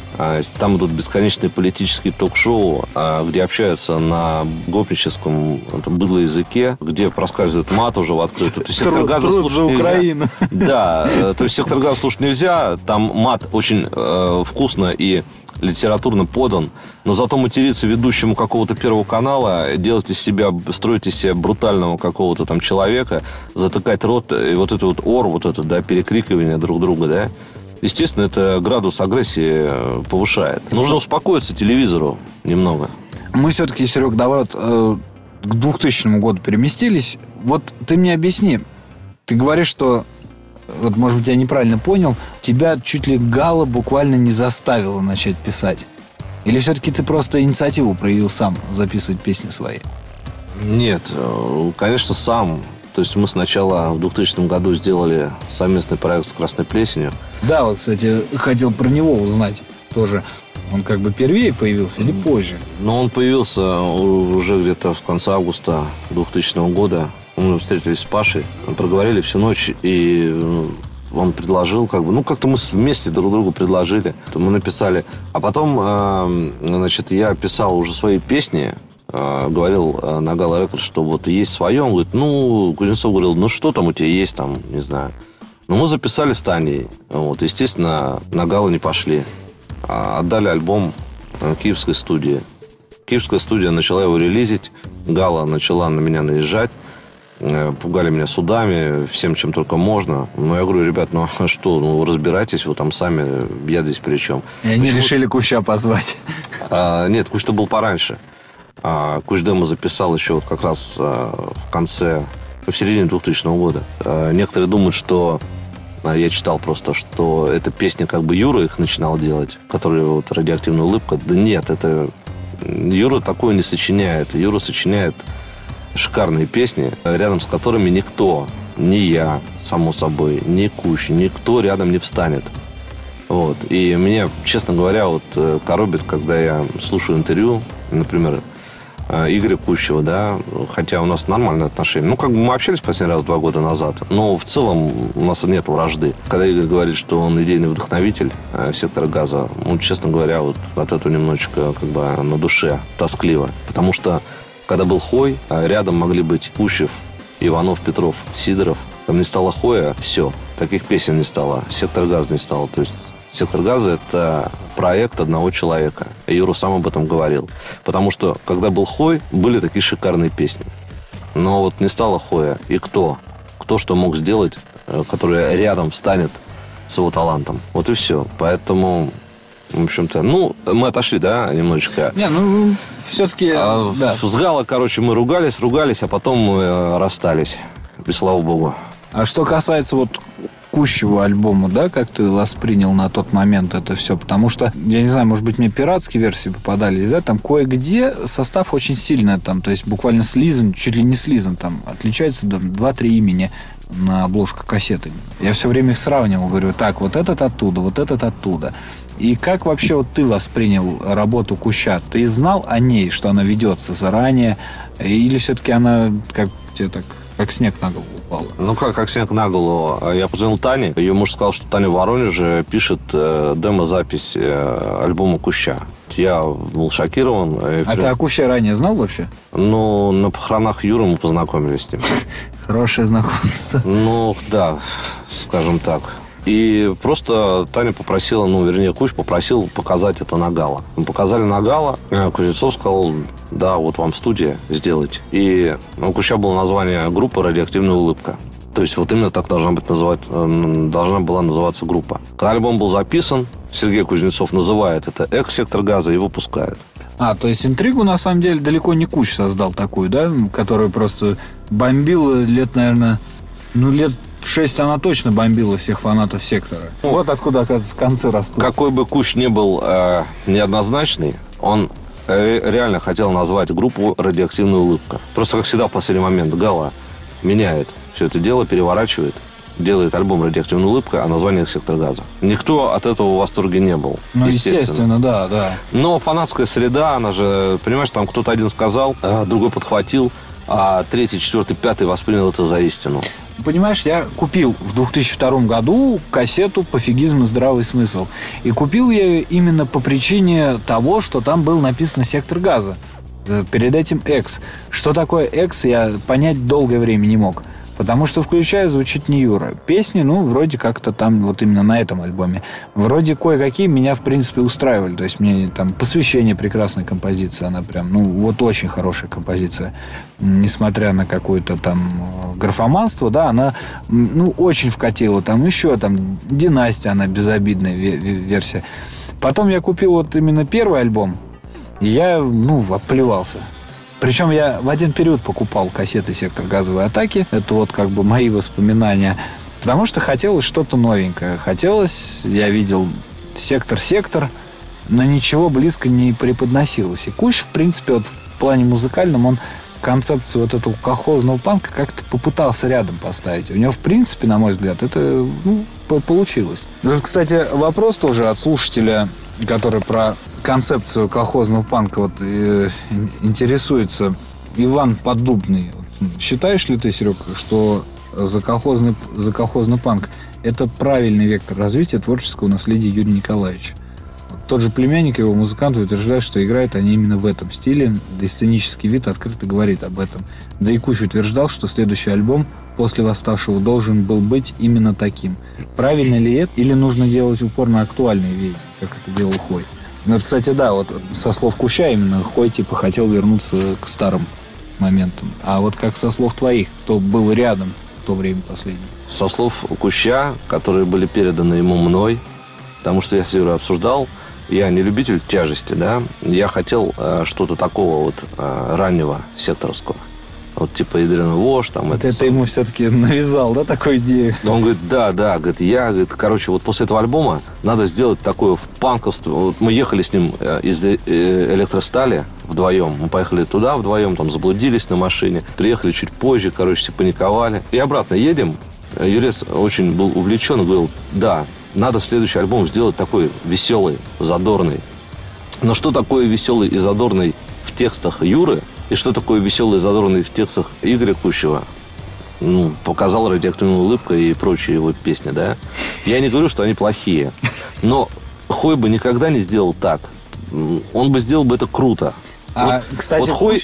там идут бесконечные политические ток-шоу, где общаются на гопническом быдлоязыке, где проскальзывает мат уже в открытую. То есть сектор газа слушать нельзя. Да, то есть сектор газа слушать нельзя, там мат очень вкусно и литературно подан, но зато материться ведущему какого-то Первого канала, делать из себя, строить из себя брутального какого-то там человека, затыкать рот, и вот это вот ор, вот это, да, перекрикивание друг друга, да, естественно, это градус агрессии повышает. Нужно успокоиться телевизору немного. Мы все-таки, Серег, давай вот к 2000 году переместились. Вот ты мне объясни, ты говоришь, что, вот, может быть, я неправильно понял, тебя чуть ли Гала буквально не заставила начать писать? Или все-таки ты просто инициативу проявил сам записывать песни свои? Нет, конечно, сам. То есть мы сначала в 2000 году сделали совместный проект с «Красной плесенью». Да, вот, кстати, хотел про него узнать тоже. Он как бы первее появился или позже? Но он появился уже где-то в конце августа 2000 года. Мы встретились с Пашей, проговорили всю ночь, и он предложил, как бы, ну, как-то мы вместе друг другу предложили. Мы написали. А потом, значит, я писал уже свои песни, говорил на Гала Рекордс, что вот есть свое. Он говорит, ну, Кузнецов говорил, ну, что там у тебя есть, там, не знаю. Ну, мы записали с Таней. Вот, естественно, на Гала не пошли. Отдали альбом киевской студии. Киевская студия начала его релизить. Гала начала на меня наезжать. Пугали меня судами, всем, чем только можно. Но я говорю, ребят, ну а что, ну разбирайтесь, вы там сами, я здесь при чем. И они решили Куща позвать. Нет, Кущ-то был пораньше. Кущ демо записал еще вот как раз в середине 2000 года. Некоторые думают, что я читал просто, что эта песня как бы Юра их начинал делать, который вот «Радиоактивная улыбка». Да нет, это Юра такое не сочиняет. Юра сочиняет шикарные песни, рядом с которыми никто, ни я, само собой, ни Кущ, никто рядом не встанет. Вот. И меня, честно говоря, вот коробит, когда я слушаю интервью, например, Игоря Кущева, да, хотя у нас нормальные отношения. Ну, как бы мы общались последний раз 2 года назад, но в целом у нас нет вражды. Когда Игорь говорит, что он идейный вдохновитель сектора газа, ну, честно говоря, вот от этого немножечко как бы на душе тоскливо. Потому что, когда был Хой, рядом могли быть Кущев, Иванов, Петров, Сидоров. Там не стало Хоя, все. Таких песен не стало. Сектор газа не стало. То есть «Сектор газа» — это проект одного человека. И Юра сам об этом говорил. Потому что, когда был Хой, были такие шикарные песни. Но вот не стало Хоя. И кто? Кто что мог сделать, который рядом встанет с его талантом? Вот и все. Поэтому, в общем-то, ну, мы отошли, да, немножечко. Не, ну, все-таки, да. С Гала, короче, мы ругались, а потом мы расстались. И слава богу. А что касается вот Кущего альбома, да, как ты воспринял на тот момент это все? Потому что, я не знаю, может быть, мне пиратские версии попадались, да, там кое-где состав очень сильно, там, то есть буквально слизан, чуть ли не слизан, там, отличается 2-3 имени на обложках кассеты. Я все время их сравнивал, говорю, так, вот этот оттуда, вот этот оттуда. И как вообще вот ты воспринял работу Куща? Ты знал о ней, что она ведется заранее? Или все-таки она как тебе так, как снег на голову упала? Ну как снег на голову? Я позвонил Тане. Ее муж сказал, что Таня в Воронеже пишет демо-запись альбома Куща. Я был шокирован. А ты о Куще ранее знал вообще? Ну, на похоронах Юры мы познакомились с ним. Хорошее знакомство. Ну, да, скажем так. И просто Таня попросила, ну, вернее, Кущ попросил показать это на Гала. Мы показали на Гала. Кузнецов сказал, да, вот вам студия, сделайте. И у Куща было название группы «Радиоактивная улыбка». То есть вот именно так должна была называться группа. Когда альбом был записан, Сергей Кузнецов называет это «Экс-сектор газа» и выпускает. То есть интригу, на самом деле, далеко не Кущ создал такую, да? Которую просто бомбила лет, наверное, лет 6 она точно бомбила всех фанатов «Сектора». Вот откуда, оказывается, концы растут. Какой бы Кущ ни был неоднозначный, он реально хотел назвать группу «Радиоактивная улыбка». Просто, как всегда, в последний момент Гала меняет все это дело, переворачивает делает альбом «Радиоактивная улыбка», а название «Сектор газа». Никто от этого в восторге не был. Ну, естественно, да. Но фанатская среда, она же, понимаешь, там кто-то один сказал, другой подхватил, а третий, четвертый, пятый воспринял это за истину. Понимаешь, я купил в 2002 году кассету «Пофигизм и здравый смысл». И купил я ее именно по причине того, что там был написан «Сектор газа». Перед этим «Экс». Что такое «Экс», я понять долгое время не мог. Потому что, включая, звучит не Юра. Песни, вроде как-то там, вот именно на этом альбоме, вроде кое-какие меня, в принципе, устраивали. То есть, мне там «Посвящение» прекрасная композиция. Она прям, вот очень хорошая композиция. Несмотря на какое-то там графоманство, да, она, очень вкатила. Там еще, там, «Династия», она безобидная версия. Потом я купил вот именно первый альбом, и я, обплевался. Причем я в один период покупал кассеты «Сектор газовой атаки». Это вот как бы мои воспоминания. Потому что хотелось что-то новенькое. Я видел «Сектор», но ничего близко не преподносилось. И Кущ, в принципе, вот в плане музыкальном, он концепцию вот этого колхозного панка как-то попытался рядом поставить. У него, в принципе, на мой взгляд, это получилось. Тут, кстати, вопрос тоже от слушателя, который про концепцию колхозного панка интересуется. Иван Поддубный. Считаешь ли ты, Серег, что за колхозный панк это правильный вектор развития творческого наследия Юрия Николаевича? Тот же племянник его, музыкант, утверждает, что играют они именно в этом стиле, да и сценический вид открыто говорит об этом. Да и Кущ утверждал, что следующий альбом после «Восставшего» должен был быть именно таким. Правильно ли это, или нужно делать упор на актуальные веяния, как это делал Хой? Кстати, да, вот со слов Куща именно Хой хотел вернуться к старым моментам. А вот как со слов твоих, кто был рядом в то время последний? Со слов Куща, которые были переданы ему мной, потому что я с Юрой обсуждал, я не любитель тяжести, да, я хотел что-то такого раннего секторовского. Вот типа «Ядреный вождь», там это ему все-таки навязал, да, такую идею? Он говорит, да, говорит, вот после этого альбома надо сделать такое панковство. Вот мы ехали с ним из Электростали вдвоем. Мы поехали туда вдвоем, там заблудились на машине. Приехали чуть позже, все паниковали. И обратно едем. Юрец очень был увлечен и говорил, да, надо следующий альбом сделать такой веселый, задорный. Но что такое веселый и задорный в текстах Юры, и что такое веселый и задорный в текстах Игоря Кущева, показал «Радиоактивная улыбка» и прочие его песни, да. Я не говорю, что они плохие, но Хой бы никогда не сделал так. Он бы сделал бы это круто. Кстати, Хой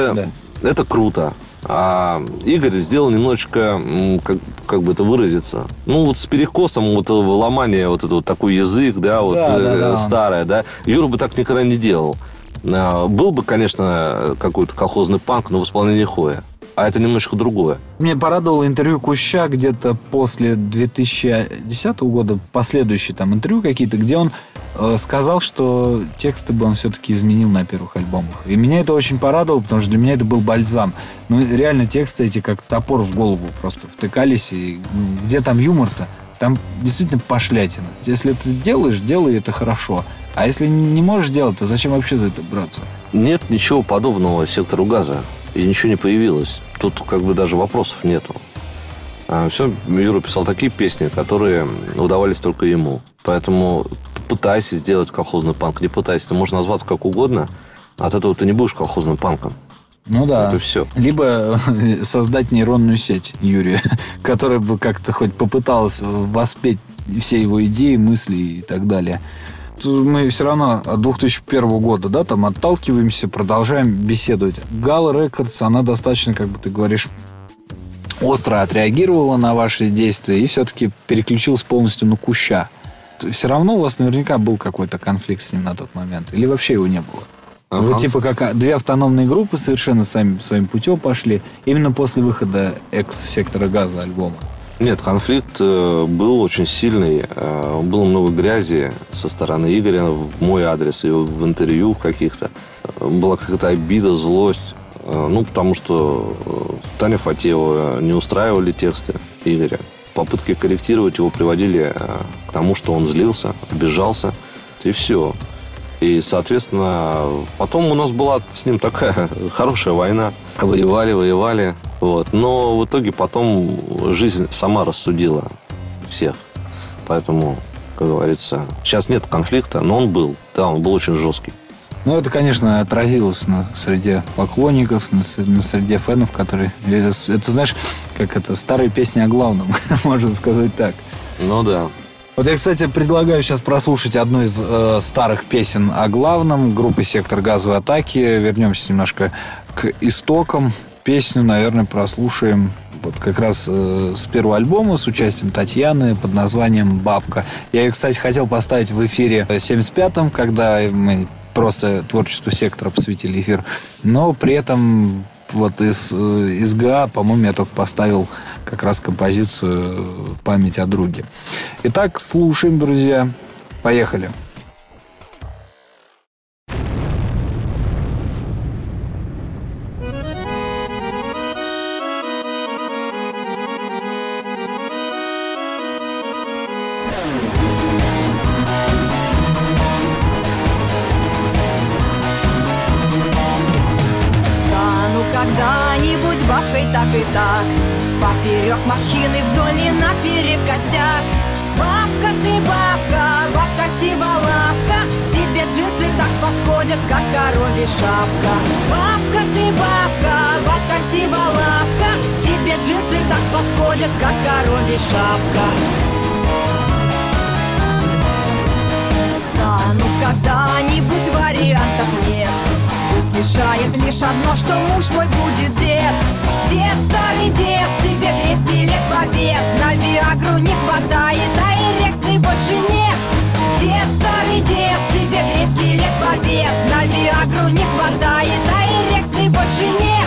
это круто. А Игорь сделал немножечко, как бы это выразиться, с перекосом, ломание, такой язык, да, старое, да. Юра бы так никогда не делал. Был бы, конечно, какой-то колхозный панк, но в исполнении Хоя. А это немножко другое. Мне порадовало интервью Куща где-то после 2010 года, последующие там интервью какие-то, где он сказал, что тексты бы он все-таки изменил на первых альбомах. И меня это очень порадовало, потому что для меня это был бальзам. Реально тексты эти как топор в голову просто втыкались. И где там юмор-то? Там действительно пошлятина. Если ты делаешь, делай это хорошо. А если не можешь делать, то зачем вообще за это браться? Нет ничего подобного «Сектору газа». И ничего не появилось. Тут даже вопросов нету. Все, Юра писал такие песни, которые удавались только ему. Поэтому пытайся сделать колхозный панк. Не пытайся. Ты можешь назваться как угодно. От этого ты не будешь колхозным панком. Да. Это все. Либо создать нейронную сеть Юрия, которая бы как-то хоть попыталась воспеть все его идеи, мысли и так далее. Мы все равно от 2001 года, да, там отталкиваемся, продолжаем беседовать. Гала Рекордс, она достаточно, как бы ты говоришь, остро отреагировала на ваши действия и все-таки переключилась полностью на Куща. Все равно у вас наверняка был какой-то конфликт с ним на тот момент. Или вообще его не было? Вы типа как две автономные группы совершенно своим путем пошли именно после выхода «Сектора газа» альбома. Нет, конфликт был очень сильный. Было много грязи со стороны Игоря в мой адрес и в интервью каких-то. Была какая-то обида, злость. Потому что Таня Фатеева не устраивали тексты Игоря. Попытки корректировать его приводили к тому, что он злился, обижался. И все. И, соответственно, потом у нас была с ним такая хорошая война. Воевали. Вот. Но в итоге потом жизнь сама рассудила всех. Поэтому, как говорится, сейчас нет конфликта, но он был. Да, он был очень жесткий. Ну, это, конечно, отразилось на среде поклонников, на среде фенов, которые... Это, знаешь, как это, старые песни о главном, можно сказать так. Ну, да. Вот я, кстати, предлагаю сейчас прослушать одну из старых песен о главном группы «Сектор газовой атаки». Вернемся немножко к истокам. Песню, наверное, прослушаем вот как раз с первого альбома с участием Татьяны под названием «Бабка». Я ее, кстати, хотел поставить в эфире в 75-м, когда мы просто творчеству «Сектора» посвятили эфир. Но при этом вот из ГА, по-моему, я только поставил как раз композицию «Память о друге». Итак, слушаем, друзья. Поехали. Когда-нибудь бабкой так и так, поперек морщины вдоль и наперекосяк. Бабка ты бабка, бабка-сиволапка, тебе джинсы так подходят, как коровья шапка. Бабка ты бабка, бабка-сиволапка, тебе джинсы так подходят, как коровья шапка. Стану когда-нибудь, вариантов нет. Утешает лишь одно, что муж мой будет дед. Дед, старый дед, тебе 200 лет побед. На Виагру не хватает, а эрекций больше нет. Дед, старый дед, тебе 200 лет побед. На Виагру не хватает, а эрекций больше нет.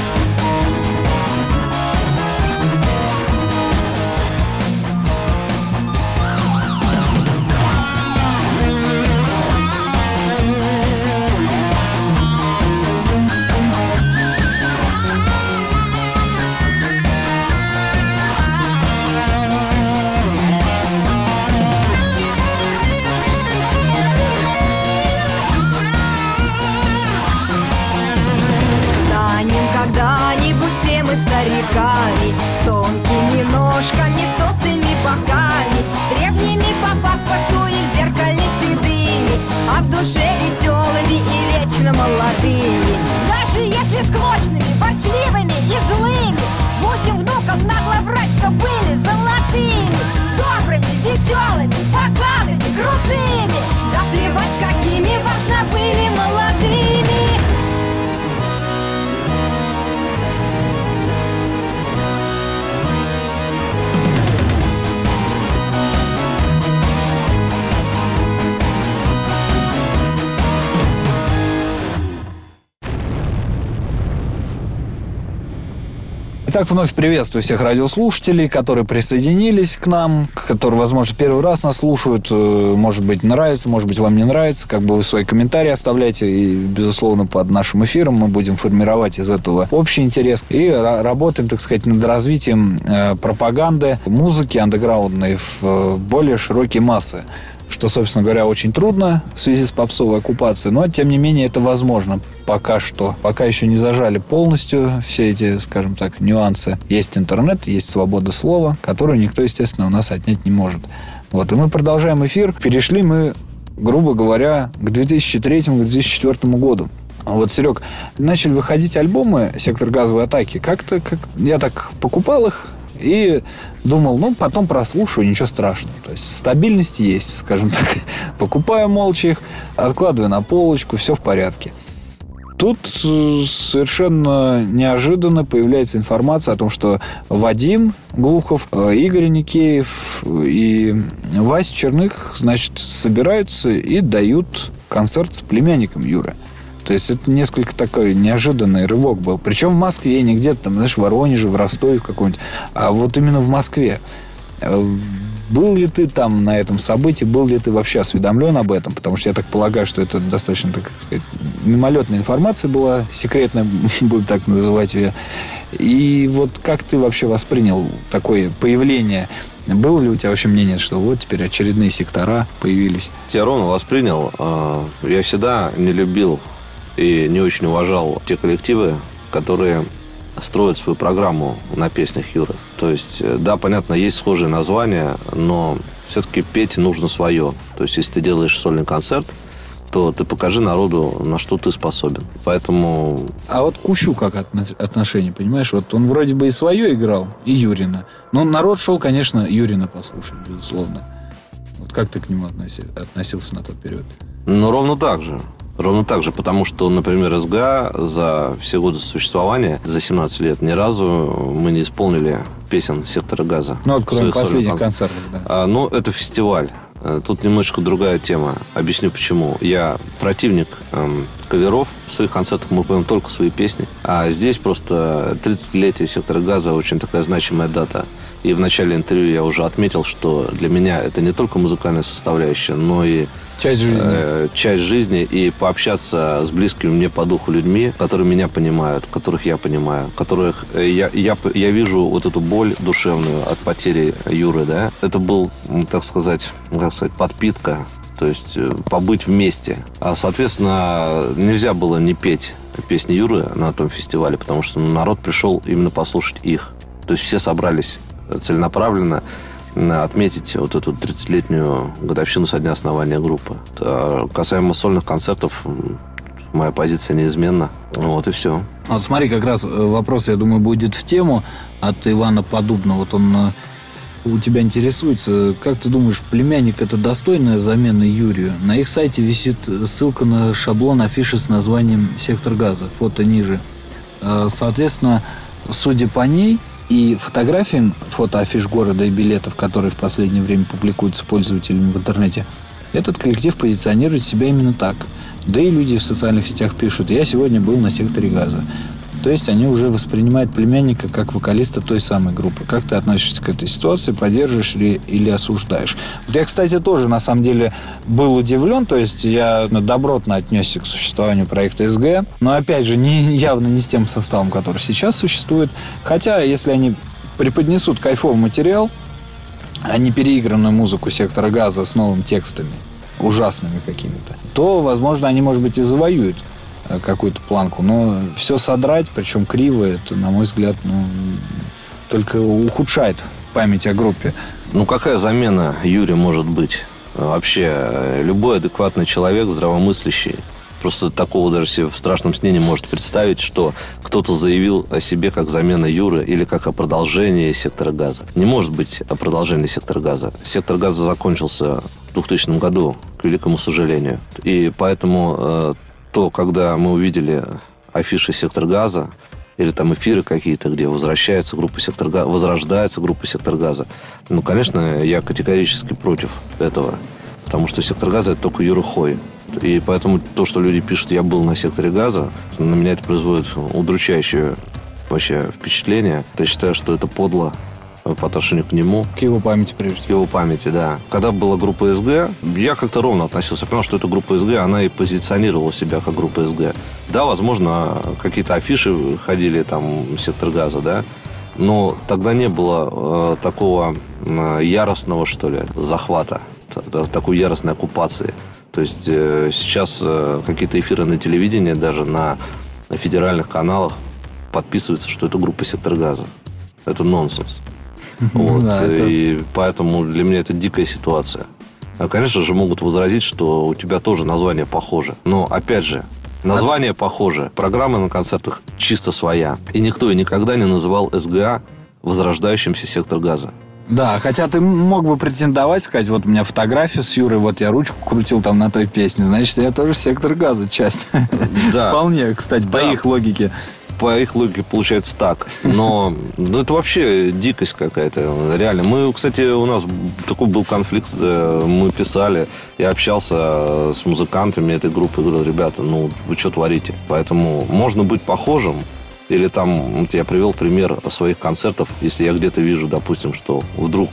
Когда-нибудь все мы стариками, с тонкими ножками, с толстыми боками, древними по паспорту и в зеркале седыми, а в душе веселыми и вечно молодыми. Даже если склочными, ворчливыми и злыми, будем внукам нагло врать, что были золотыми, добрыми, веселыми, богатыми, крутыми. Да плевать, какими важно были молодыми. Итак, вновь приветствую всех радиослушателей, которые присоединились к нам, которые, возможно, первый раз нас слушают. Может быть, нравится, может быть, вам не нравится. Как бы вы свои комментарии оставляйте. И, безусловно, под нашим эфиром мы будем формировать из этого общий интерес. И работаем, так сказать, над развитием пропаганды музыки андеграундной в более широкие массы. Что, собственно говоря, очень трудно в связи с попсовой оккупацией, но, тем не менее, это возможно пока что. Пока еще не зажали полностью все эти, скажем так, нюансы. Есть интернет, есть свобода слова, которую никто, естественно, у нас отнять не может. Вот, и мы продолжаем эфир. Перешли мы, грубо говоря, к 2003-2004 году. Вот, Серег, начали выходить альбомы «Сектор газовой атаки». Как-то я так покупал их, и думал, потом прослушаю, ничего страшного. То есть стабильность есть, скажем так. Покупаю молча их, откладываю на полочку, все в порядке. Тут совершенно неожиданно появляется информация о том, что Вадим Глухов, Игорь Никеев и Вася Черных, значит, собираются и дают концерт с племянником Юры. То есть это несколько такой неожиданный рывок был. Причем в Москве, не где-то там, знаешь, в Воронеже, в Ростове в каком-нибудь, а вот именно в Москве. Был ли ты там на этом событии, был ли ты вообще осведомлен об этом? Потому что я так полагаю, что это достаточно, так сказать, мимолетная информация была, секретная, будем так называть ее. И вот как ты вообще воспринял такое появление? Было ли у тебя вообще мнение, что вот теперь очередные сектора появились? Я ровно воспринял. Я всегда не любил и не очень уважал те коллективы, которые строят свою программу на песнях Юры. То есть, да, понятно, есть схожие названия, но все-таки петь нужно свое. То есть, если ты делаешь сольный концерт, то ты покажи народу, на что ты способен. Поэтому... А вот к Кущу как отношение, понимаешь? Вот он вроде бы и свое играл, и Юрина. Но народ шел, конечно, Юрина послушать, безусловно. Вот как ты к нему относился на тот период? Ну, ровно так же. Ровно так же, потому что, например, СГА за все годы существования, за 17 лет, ни разу мы не исполнили песен «Сектора газа». Ну, вот кроме последних концертов, да. Ну, это фестиваль. Тут немножечко другая тема. Объясню, почему. Я противник каверов. В своих концертах мы поем только свои песни. А здесь просто 30-летие «Сектора газа» очень такая значимая дата. И в начале интервью я уже отметил, что для меня это не только музыкальная составляющая, но и часть жизни. Часть жизни, и пообщаться с близкими мне по духу людьми, которые меня понимают, которых я понимаю, которых я вижу вот эту боль душевную от потери Юры, да. Это был, так сказать, подпитка, то есть побыть вместе. А, соответственно, нельзя было не петь песни Юры на том фестивале, потому что народ пришел именно послушать их. То есть все собрались целенаправленно отметить вот эту 30-летнюю годовщину со дня основания группы. А касаемо сольных концертов, моя позиция неизменна. Вот и все. Вот смотри, как раз вопрос, я думаю, будет в тему от Ивана Подубного. Вот он у тебя интересуется. Как ты думаешь, племянник – это достойная замена Юрию? На их сайте висит ссылка на шаблон афиши с названием «Сектор газа». Фото ниже. Соответственно, судя по ней и фотографиям, фотоафиш города и билетов, которые в последнее время публикуются пользователями в интернете, этот коллектив позиционирует себя именно так. Да и люди в социальных сетях пишут: «Я сегодня был на секторе газа». То есть они уже воспринимают племянника как вокалиста той самой группы. Как ты относишься к этой ситуации? Поддерживаешь ли или осуждаешь? Вот я, кстати, тоже на самом деле был удивлен. То есть я добротно отнесся к существованию проекта СГ. Но опять же, явно не с тем составом, который сейчас существует. Хотя, если они преподнесут кайфовый материал, а не переигранную музыку «Сектора газа» с новыми текстами, ужасными какими-то, то, возможно, они, может быть, и завоюют какую-то планку. Но все содрать, причем криво, это, на мой взгляд, только ухудшает память о группе. Ну, какая замена Юре может быть? Вообще, любой адекватный человек, здравомыслящий, просто такого даже себе в страшном сне не может представить, что кто-то заявил о себе как замена Юры или как о продолжении «Сектора газа». Не может быть о продолжении «Сектора газа». «Сектор газа» закончился в 2000 году, к великому сожалению. И поэтому когда мы увидели афиши «Сектор газа» или там эфиры какие-то, где возвращается группа «Сектор газа», возрождается группа «Сектор газа», ну, конечно, я категорически против этого, потому что «Сектор газа» — это только Юра Хой. И поэтому то, что люди пишут «я был на секторе газа», на меня это производит удручающее вообще впечатление. Я считаю, что это подло по отношению к нему. К его памяти, прежде всего. К его памяти, да. Когда была группа СГ, я как-то ровно относился. Потому что эта группа СГ, она и позиционировала себя как группа СГ. Да, возможно, какие-то афиши ходили там «Сектор газа», да. Но тогда не было такого яростного, что ли, захвата, такой яростной оккупации. То есть сейчас какие-то эфиры на телевидении, даже на федеральных каналах подписывается, что это группа «Сектор газа». Это нонсенс. Вот. Да, и поэтому для меня это дикая ситуация. Конечно же, могут возразить, что у тебя тоже название похоже. Но, опять же, название похоже. Программа на концертах чисто своя. И никто и никогда не называл СГА возрождающимся «Сектор газа». Да, хотя ты мог бы претендовать, сказать: вот у меня фотография с Юрой, вот я ручку крутил там на той песне, значит, я тоже «Сектор газа» часть. Да. Вполне, кстати, по их логике. По их логике получается так. Но это вообще дикость какая-то. Реально. Мы, кстати, у нас такой был конфликт. Мы писали. Я общался с музыкантами этой группы. Говорил: ребята, ну вы что творите? Поэтому можно быть похожим. Или там, вот я привел пример своих концертов. Если я где-то вижу, допустим, что вдруг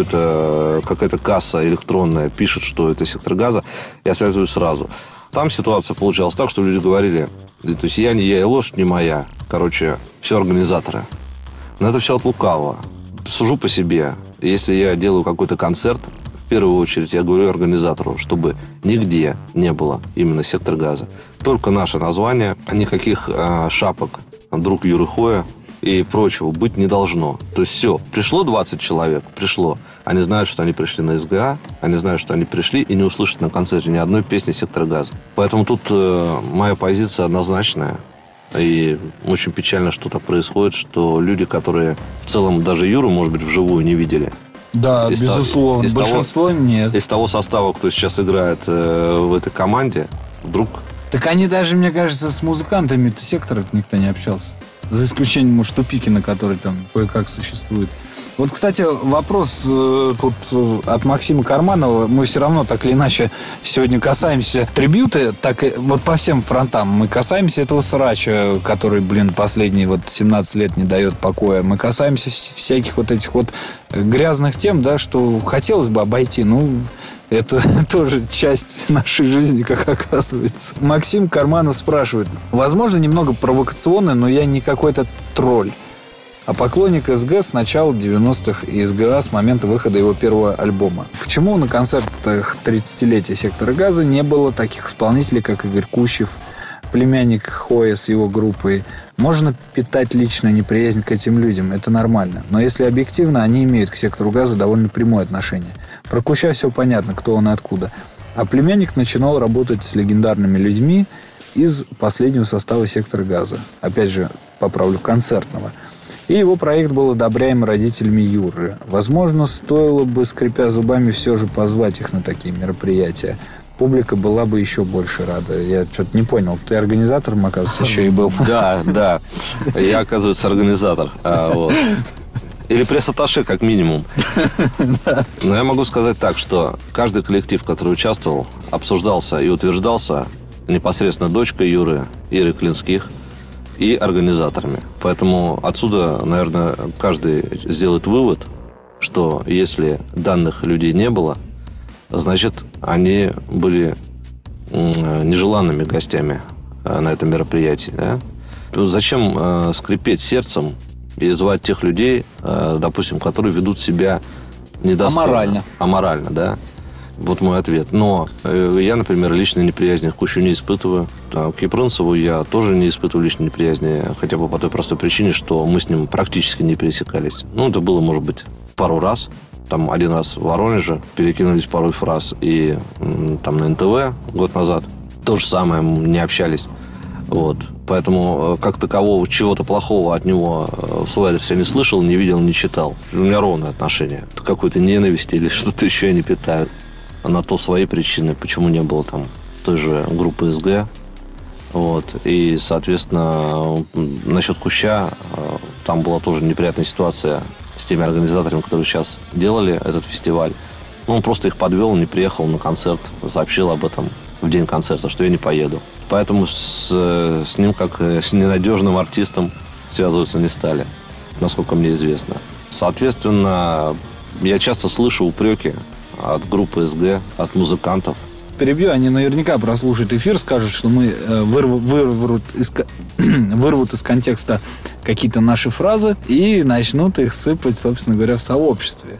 какая-то касса электронная пишет, что это «Сектор газа», я связываюсь сразу. Там ситуация получалась так, что люди говорили: то есть я не я, и лошадь не моя. все организаторы. Но это все от лукавого. Сужу по себе. Если я делаю какой-то концерт, в первую очередь я говорю организатору, чтобы нигде не было именно «Сектор газа». Только наше название, никаких шапок «Друг Юры Хоя» и прочего быть не должно. То есть все, пришло 20 человек, пришло. Они знают, что они пришли на СГА, они знают, что они пришли и не услышат на концерте ни одной песни «Сектора газа». Поэтому тут моя позиция однозначная. И очень печально, что так происходит, что люди, которые в целом даже Юру, может быть, вживую не видели. Да, безусловно. Большинство нет. Из того состава, кто сейчас играет в этой команде, вдруг... Так они даже, мне кажется, с музыкантами «Сектора» никто не общался. За исключением, может, Тупикина, который там кое-как существует. Вот, кстати, вопрос тут от Максима Карманова. Мы все равно так или иначе сегодня касаемся трибьюта, так и вот по всем фронтам. Мы касаемся этого срача, который, последние 17 лет не дает покоя. Мы касаемся всяких вот этих вот грязных тем, да, что хотелось бы обойти. Это тоже часть нашей жизни, как оказывается. Максим Карманов спрашивает. Возможно, немного провокационно, но я не какой-то тролль, а поклонник СГ с начала 90-х и СГА с момента выхода его первого альбома. Почему на концертах 30-летия «Сектора газа» не было таких исполнителей, как Игорь Кущев, племянник Хоя с его группой? Можно питать личную неприязнь к этим людям, это нормально. Но если объективно, они имеют к «Сектору газа» довольно прямое отношение. Про Куща все понятно, кто он и откуда. А племянник начинал работать с легендарными людьми из последнего состава «Сектора газа». Опять же, поправлю, концертного. И его проект был одобряем родителями Юры. Возможно, стоило бы, скрипя зубами, все же позвать их на такие мероприятия. Публика была бы еще больше рада. Я что-то не понял. Ты организатором, оказывается, еще и был. Да. Я, оказывается, организатор. Или пресс-атташе, как минимум. Но я могу сказать так, что каждый коллектив, который участвовал, обсуждался и утверждался непосредственно дочкой Юры, Иры Клинских, и организаторами. Поэтому отсюда, наверное, каждый сделает вывод, что если данных людей не было, значит, они были нежеланными гостями на этом мероприятии. Да? Зачем скрипеть сердцем и звать тех людей, допустим, которые ведут себя недостойно? Аморально, да. Вот мой ответ. Но я, например, личной неприязни к Кущу не испытываю. К Епрынцеву я тоже не испытываю личной неприязни, хотя бы по той простой причине, что мы с ним практически не пересекались. Это было, может быть, пару раз. Там один раз в Воронеже перекинулись парой фраз. И там на НТВ год назад то же самое, не общались. Поэтому, как такового, чего-то плохого от него в свой адрес я не слышал, не видел, не читал. У меня ровное отношение. Какой-то ненависти или что-то еще я не питаю. А на то свои причины, почему не было там той же группы СГ. И, соответственно, насчет Куща, там была тоже неприятная ситуация с теми организаторами, которые сейчас делали этот фестиваль. Он просто их подвел, не приехал на концерт, сообщил об этом в день концерта, что я не поеду. Поэтому с ним, как с ненадежным артистом, связываться не стали, насколько мне известно. Соответственно, я часто слышу упреки от группы СГ, от музыкантов. Перебью, они наверняка прослушают эфир, скажут, что мы вырвут из контекста какие-то наши фразы и начнут их сыпать, собственно говоря, в сообществе.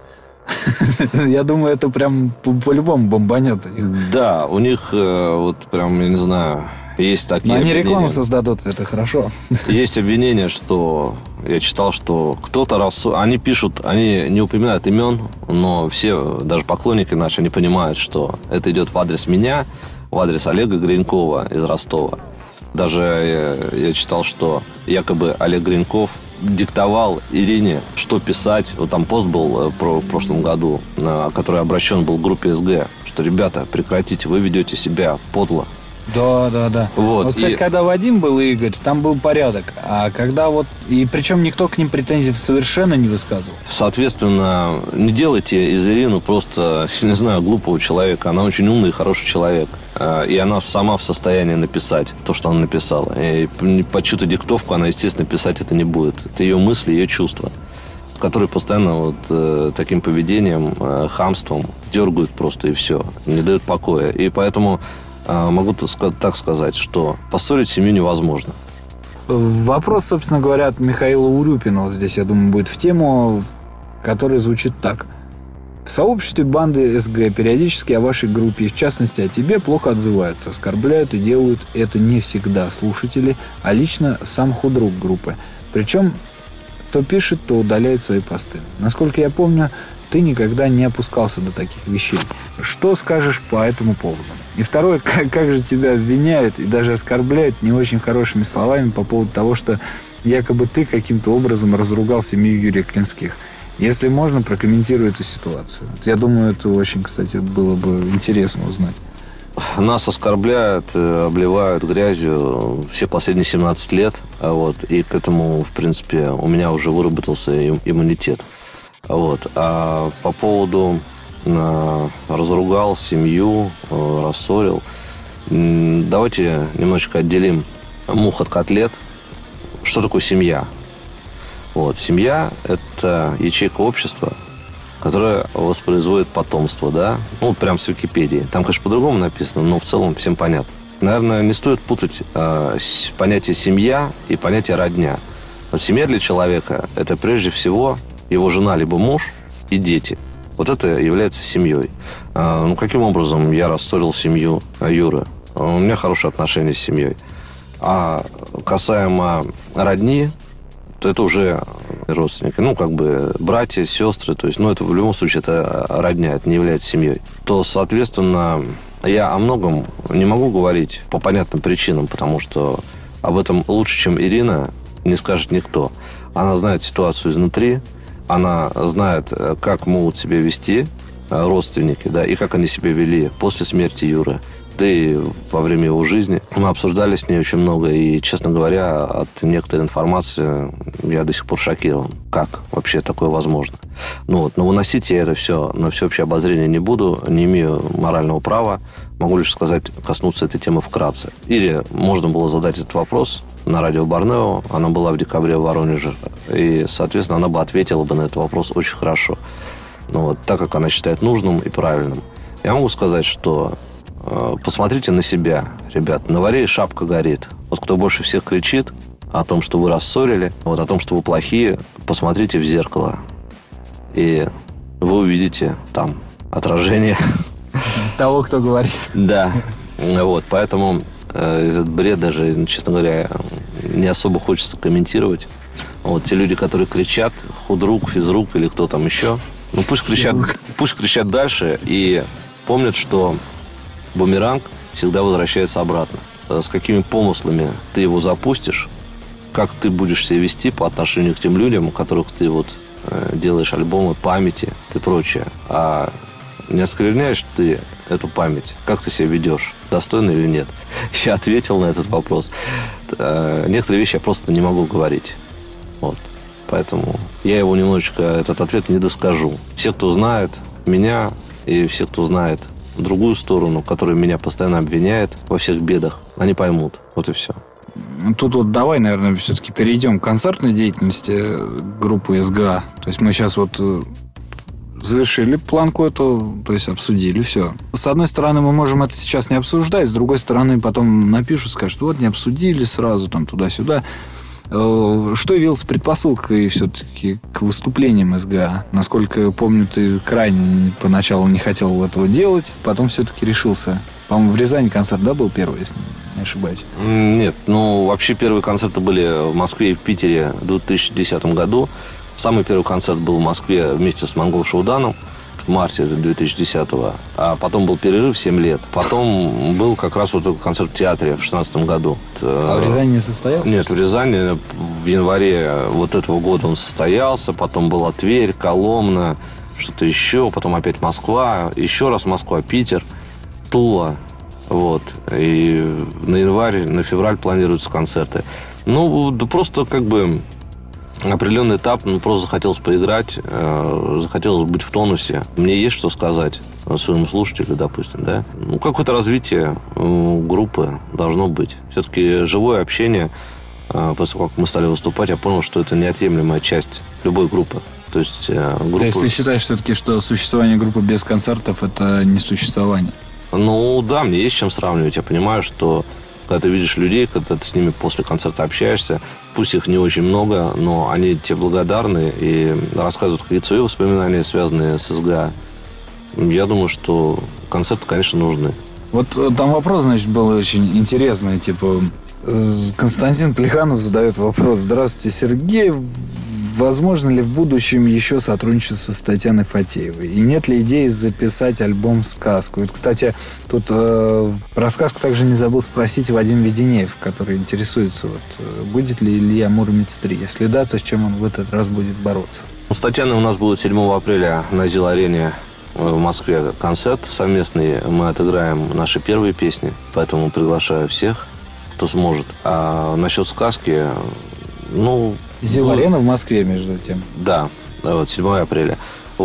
Я думаю, это прям по-любому бомбанет. Да, у них прям, я не знаю, есть такие обвинения. Они рекламу обвинения. Создадут, это хорошо. Есть обвинения, что я читал, что кто-то они пишут, они не упоминают имен, но все, даже поклонники наши, не понимают, что это идет в адрес меня, в адрес Олега Гринькова из Ростова. Даже я читал, что якобы Олег Гриньков диктовал Ирине, что писать. Там пост был в прошлом году, который обращен был к группе СГ, что, ребята, прекратите, вы ведете себя подло. Да. Кстати, когда Вадим был и Игорь, там был порядок. А когда и причем никто к ним претензий совершенно не высказывал. Соответственно, не делайте из Ирины просто, не знаю, глупого человека. Она очень умный и хороший человек. И она сама в состоянии написать то, что она написала. И под чью-то диктовку она, естественно, писать это не будет. Это ее мысли, ее чувства, которые постоянно таким поведением, хамством дергают просто и все. Не дают покоя. И поэтому могу так сказать, что поссорить семью невозможно. Вопрос, собственно говоря, от Михаила Урюпина. Вот здесь, я думаю, будет в тему, который звучит так. В сообществе банды СГ периодически о вашей группе, в частности о тебе, плохо отзываются, оскорбляют и делают это не всегда слушатели, а лично сам худрук группы. Причем то пишет, то удаляет свои посты. Насколько я помню, ты никогда не опускался до таких вещей. Что скажешь по этому поводу? И второе, как же тебя обвиняют и даже оскорбляют не очень хорошими словами по поводу того, что якобы ты каким-то образом разругал семью Юрия Клинских. Если можно, прокомментируй эту ситуацию. Я думаю, это очень, кстати, было бы интересно узнать. Нас оскорбляют, обливают грязью все последние 17 лет. Вот, и к этому, в принципе, у меня уже выработался иммунитет. Вот. А по поводу разругал семью, рассорил, давайте немножечко отделим мух от котлет. Что такое семья? Вот. Семья – это ячейка общества, которая воспроизводит потомство, да? Ну, прям с Википедии. Там, конечно, по-другому написано, но в целом всем понятно. Наверное, не стоит путать понятие «семья» и понятие «родня». Вот семья для человека – это прежде всего его жена либо муж и дети. Вот это является семьей. Ну, каким образом я рассорил семью Юры? У меня хорошие отношения с семьей. А касаемо родни, то это уже родственники. Ну, как бы братья, сестры. То есть, ну, это в любом случае это родня, это не является семьей. То, соответственно, я о многом не могу говорить по понятным причинам, потому что об этом лучше, чем Ирина, не скажет никто. Она знает ситуацию изнутри, она знает, как могут себя вести родственники, да, и как они себя вели после смерти Юры, да и во время его жизни. Мы обсуждали с ней очень много, и, честно говоря, от некоторой информации я до сих пор шокирован. Как вообще такое возможно? Ну вот, но выносить я это все на всеобщее обозрение не буду, не имею морального права. Могу лишь сказать, коснуться этой темы вкратце. Или можно было задать этот вопрос на радио Борнео. Она была в декабре в Воронеже. И, соответственно, она бы ответила бы на этот вопрос очень хорошо. Ну, вот, так как она считает нужным и правильным. Я могу сказать, что посмотрите на себя, ребят. На варе и шапка горит. Вот кто больше всех кричит о том, что вы рассорили, вот о том, что вы плохие, посмотрите в зеркало. И вы увидите там отражение того, кто говорит. Да. Вот, поэтому этот бред даже, честно говоря, не особо хочется комментировать. Вот те люди, которые кричат, худрук, физрук или кто там еще, ну пусть кричат дальше и помнят, что бумеранг всегда возвращается обратно. С какими помыслами ты его запустишь, как ты будешь себя вести по отношению к тем людям, у которых ты вот делаешь альбомы, памяти и прочее. А не оскверняешь ты эту память? Как ты себя ведешь? Достойно или нет? Я ответил на этот вопрос. Некоторые вещи я просто не могу говорить. Вот. Поэтому я его немножечко, этот ответ, не доскажу. Все, кто знает меня, и все, кто знает другую сторону, которая меня постоянно обвиняет во всех бедах, они поймут. Вот и все. Тут вот давай, наверное, все-таки перейдем к концертной деятельности группы СГА. То есть мы сейчас вот завершили планку эту, то есть обсудили все. С одной стороны, мы можем это сейчас не обсуждать, с другой стороны, потом напишут, скажут, вот не обсудили сразу, там туда-сюда. Что явилось предпосылкой все-таки к выступлениям СГА? Насколько я помню, ты крайне поначалу не хотел этого делать, потом все-таки решился. По-моему, в Рязани концерт, да, был первый, если не ошибаюсь? Нет, ну, вообще первые концерты были в Москве и в Питере в 2010 году. Самый первый концерт был в Москве вместе с Монгол Шууданом в марте 2010-го. А потом был перерыв 7 лет. Потом был как раз вот этот концерт в театре в 2016 году. А в Рязани не состоялся? Нет, в Рязани в январе вот этого года он состоялся. Потом была Тверь, Коломна, что-то еще. Потом опять Москва. Еще раз Москва, Питер, Тула. Вот. И на январь, на февраль планируются концерты. Ну, да просто как бы определенный этап, ну, просто захотелось поиграть, захотелось быть в тонусе. Мне есть что сказать своему слушателю, допустим, да? Ну, какое-то развитие группы должно быть. Все-таки живое общение, после того, как мы стали выступать, я понял, что это неотъемлемая часть любой группы. То есть группа... То есть ты считаешь все-таки, что существование группы без концертов – это не существование? Ну, да, мне есть чем сравнивать. Я понимаю, что Когда ты видишь людей, когда ты с ними после концерта общаешься, пусть их не очень много, но они тебе благодарны и рассказывают какие-то свои воспоминания, связанные с СГА. Я думаю, что концерты, конечно, нужны. Вот там вопрос, значит, был очень интересный. Типа, Константин Плеханов задает вопрос. Здравствуйте, Сергей. Возможно ли в будущем еще сотрудничество с Татьяной Фатеевой? И нет ли идеи записать альбом «Сказку»? Вот, кстати, тут про «Сказку» также не забыл спросить Вадим Веденеев, который интересуется, будет ли Илья Муромец 3. Если да, то с чем он в этот раз будет бороться? С Татьяной у нас будет 7 апреля на ЗИЛ-арене в Москве концерт совместный. Мы отыграем наши первые песни, поэтому приглашаю всех, кто сможет. А насчет «Сказки», ЗИЛ-арена в Москве, между тем. Да, 7 апреля.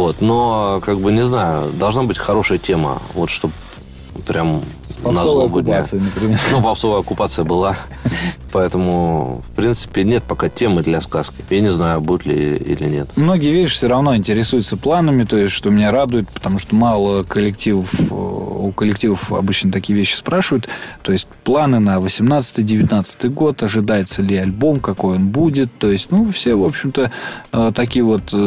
Но, не знаю, должна быть хорошая тема, чтобы прям на злобу дня. Например. Попсовая оккупация была. Поэтому, в принципе, нет пока темы для «Сказки». Я не знаю, будет ли или нет. Многие, видишь, все равно интересуются планами, то есть, что меня радует, потому что мало коллективов, у коллективов обычно такие вещи спрашивают. То есть, планы на 18-19 год, ожидается ли альбом, какой он будет. То есть, все, в общем-то, такие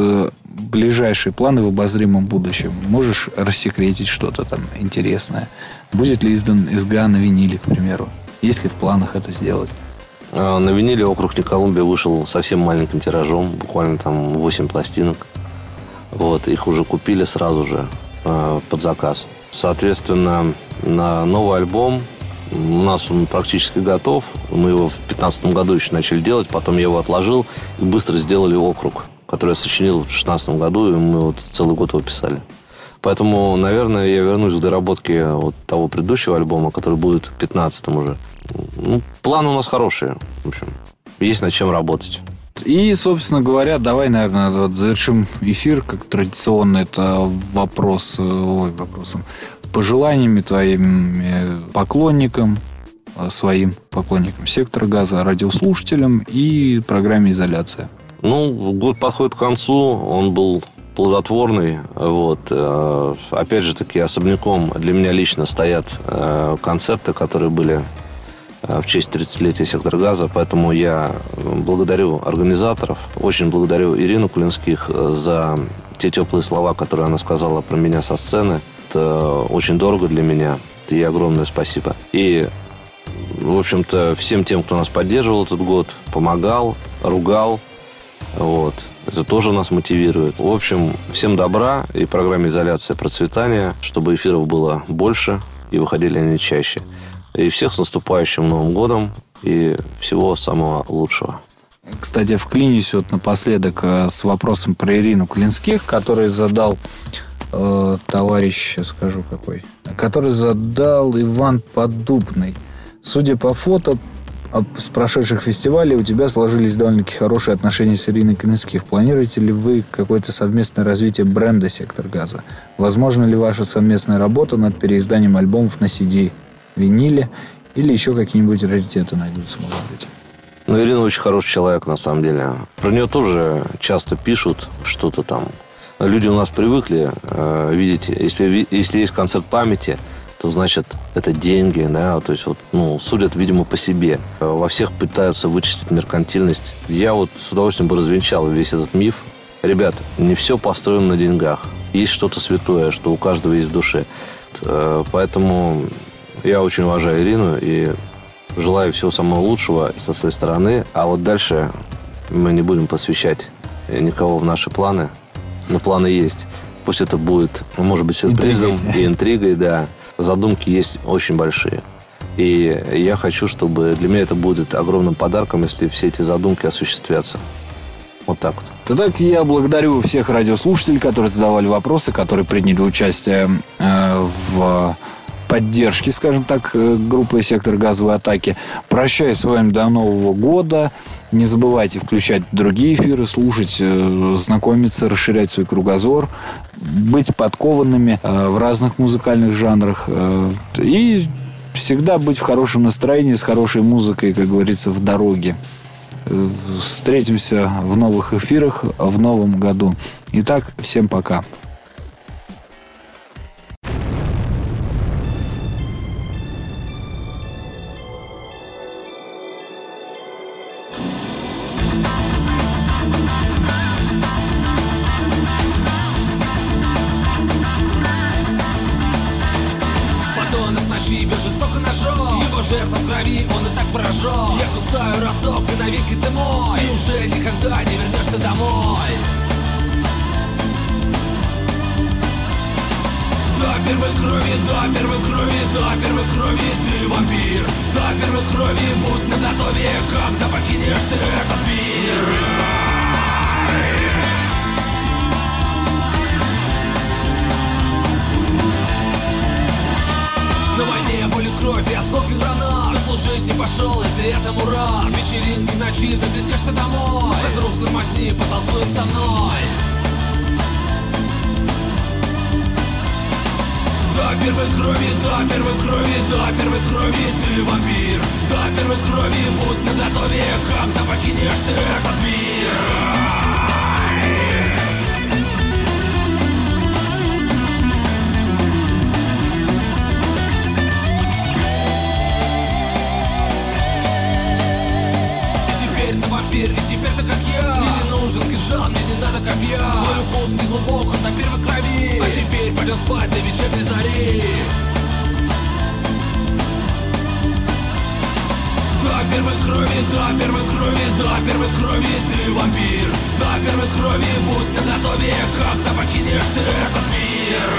ближайшие планы в обозримом будущем. Можешь рассекретить что-то там интересное? Будет ли издан СГА на виниле, к примеру? Есть ли в планах это сделать? На виниле «Округ Колумбия» вышел совсем маленьким тиражом. Буквально там 8 пластинок. Их уже купили сразу же под заказ. Соответственно, на новый альбом у нас он практически готов. Мы его в 2015 году еще начали делать. Потом я его отложил и быстро сделали «Округ», который я сочинил в 2016 году. И мы целый год его писали. Поэтому, наверное, я вернусь к доработке того предыдущего альбома, который будет в 2015 уже. Планы у нас хорошие. В общем, есть над чем работать. И, собственно говоря, давай, наверное, завершим эфир, как традиционно. Это вопросом. Пожеланиями твоим поклонникам, своим поклонникам «Сектора газа», радиослушателям и программе «Изоляция». Год подходит к концу. Он был плодотворный. Опять же таки, особняком для меня лично стоят концерты, которые были в честь 30-летия «Сектора газа». Поэтому я благодарю организаторов. Очень благодарю Ирину Кулинских за те теплые слова, которые она сказала про меня со сцены. Это очень дорого для меня. Ей огромное спасибо. И, в общем-то, всем тем, кто нас поддерживал этот год, помогал, ругал. Это тоже нас мотивирует. В общем, всем добра и программе «Изоляция» процветания, чтобы эфиров было больше и выходили они чаще. И всех с наступающим Новым годом и всего самого лучшего. Кстати, вклинюсь напоследок с вопросом про Ирину Кулинских, который задал товарищ, сейчас скажу какой, который задал Иван Поддубный. Судя по фото с прошедших фестивалей, у тебя сложились довольно-таки хорошие отношения с Ириной Кулинских. Планируете ли вы какое-то совместное развитие бренда «Сектор газа»? Возможно ли ваша совместная работа над переизданием альбомов на CD, виниле или еще какие-нибудь раритеты найдутся, может быть? Ирина очень хороший человек, на самом деле. Про нее тоже часто пишут что-то там. Люди у нас привыкли видеть, если есть концерт памяти, то, значит, это деньги, да, то есть судят, видимо, по себе. Во всех пытаются вычислить меркантильность. Я с удовольствием бы развенчал весь этот миф. Ребят, не все построено на деньгах. Есть что-то святое, что у каждого есть в душе. Поэтому я очень уважаю Ирину и желаю всего самого лучшего со своей стороны. А дальше мы не будем посвящать никого в наши планы. Но планы есть. Пусть это будет, может быть, сюрпризом и интригой, да. Задумки есть очень большие. И я хочу, чтобы для меня это будет огромным подарком, если все эти задумки осуществятся. Так вот. Тогда я благодарю всех радиослушателей, которые задавали вопросы, которые приняли участие в поддержке, скажем так, группы «Сектор газовой атаки». Прощаюсь с вами до Нового года. Не забывайте включать другие эфиры, слушать, знакомиться, расширять свой кругозор, быть подкованными в разных музыкальных жанрах и всегда быть в хорошем настроении, с хорошей музыкой, как говорится, в дороге. Встретимся в новых эфирах в новом году. Итак, всем пока. навеки ты мой. И уже никогда не вернешься домой. До первой крови, до первой крови, до первой крови ты вампир. До первой крови будь наготове, когда покинешь ты этот мир. На войне были кровь и осколки гранат. Ты служить не пошел, и ты этому рад. С вечеринки ночи доглядишься домой. Ну-ка, друг, тормозни, потолкуем со мной. До первой крови, до первой крови, до первой крови ты вампир. До первой крови будь наготове, когда покинешь ты этот мир. И теперь ты как я. Мне не нужен кинжал, мне не надо копья. Мой укус не глубок, он до первой крови. А теперь пойдем спать до вечерней зари. До первой крови, до первой крови, до первой крови ты вампир. До первой крови будь наготове, когда покинешь ты этот мир.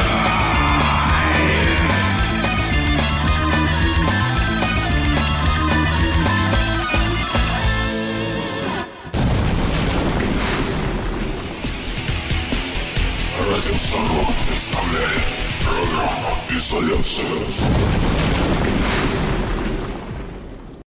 Радио Шарок представляет программу «Изоляция».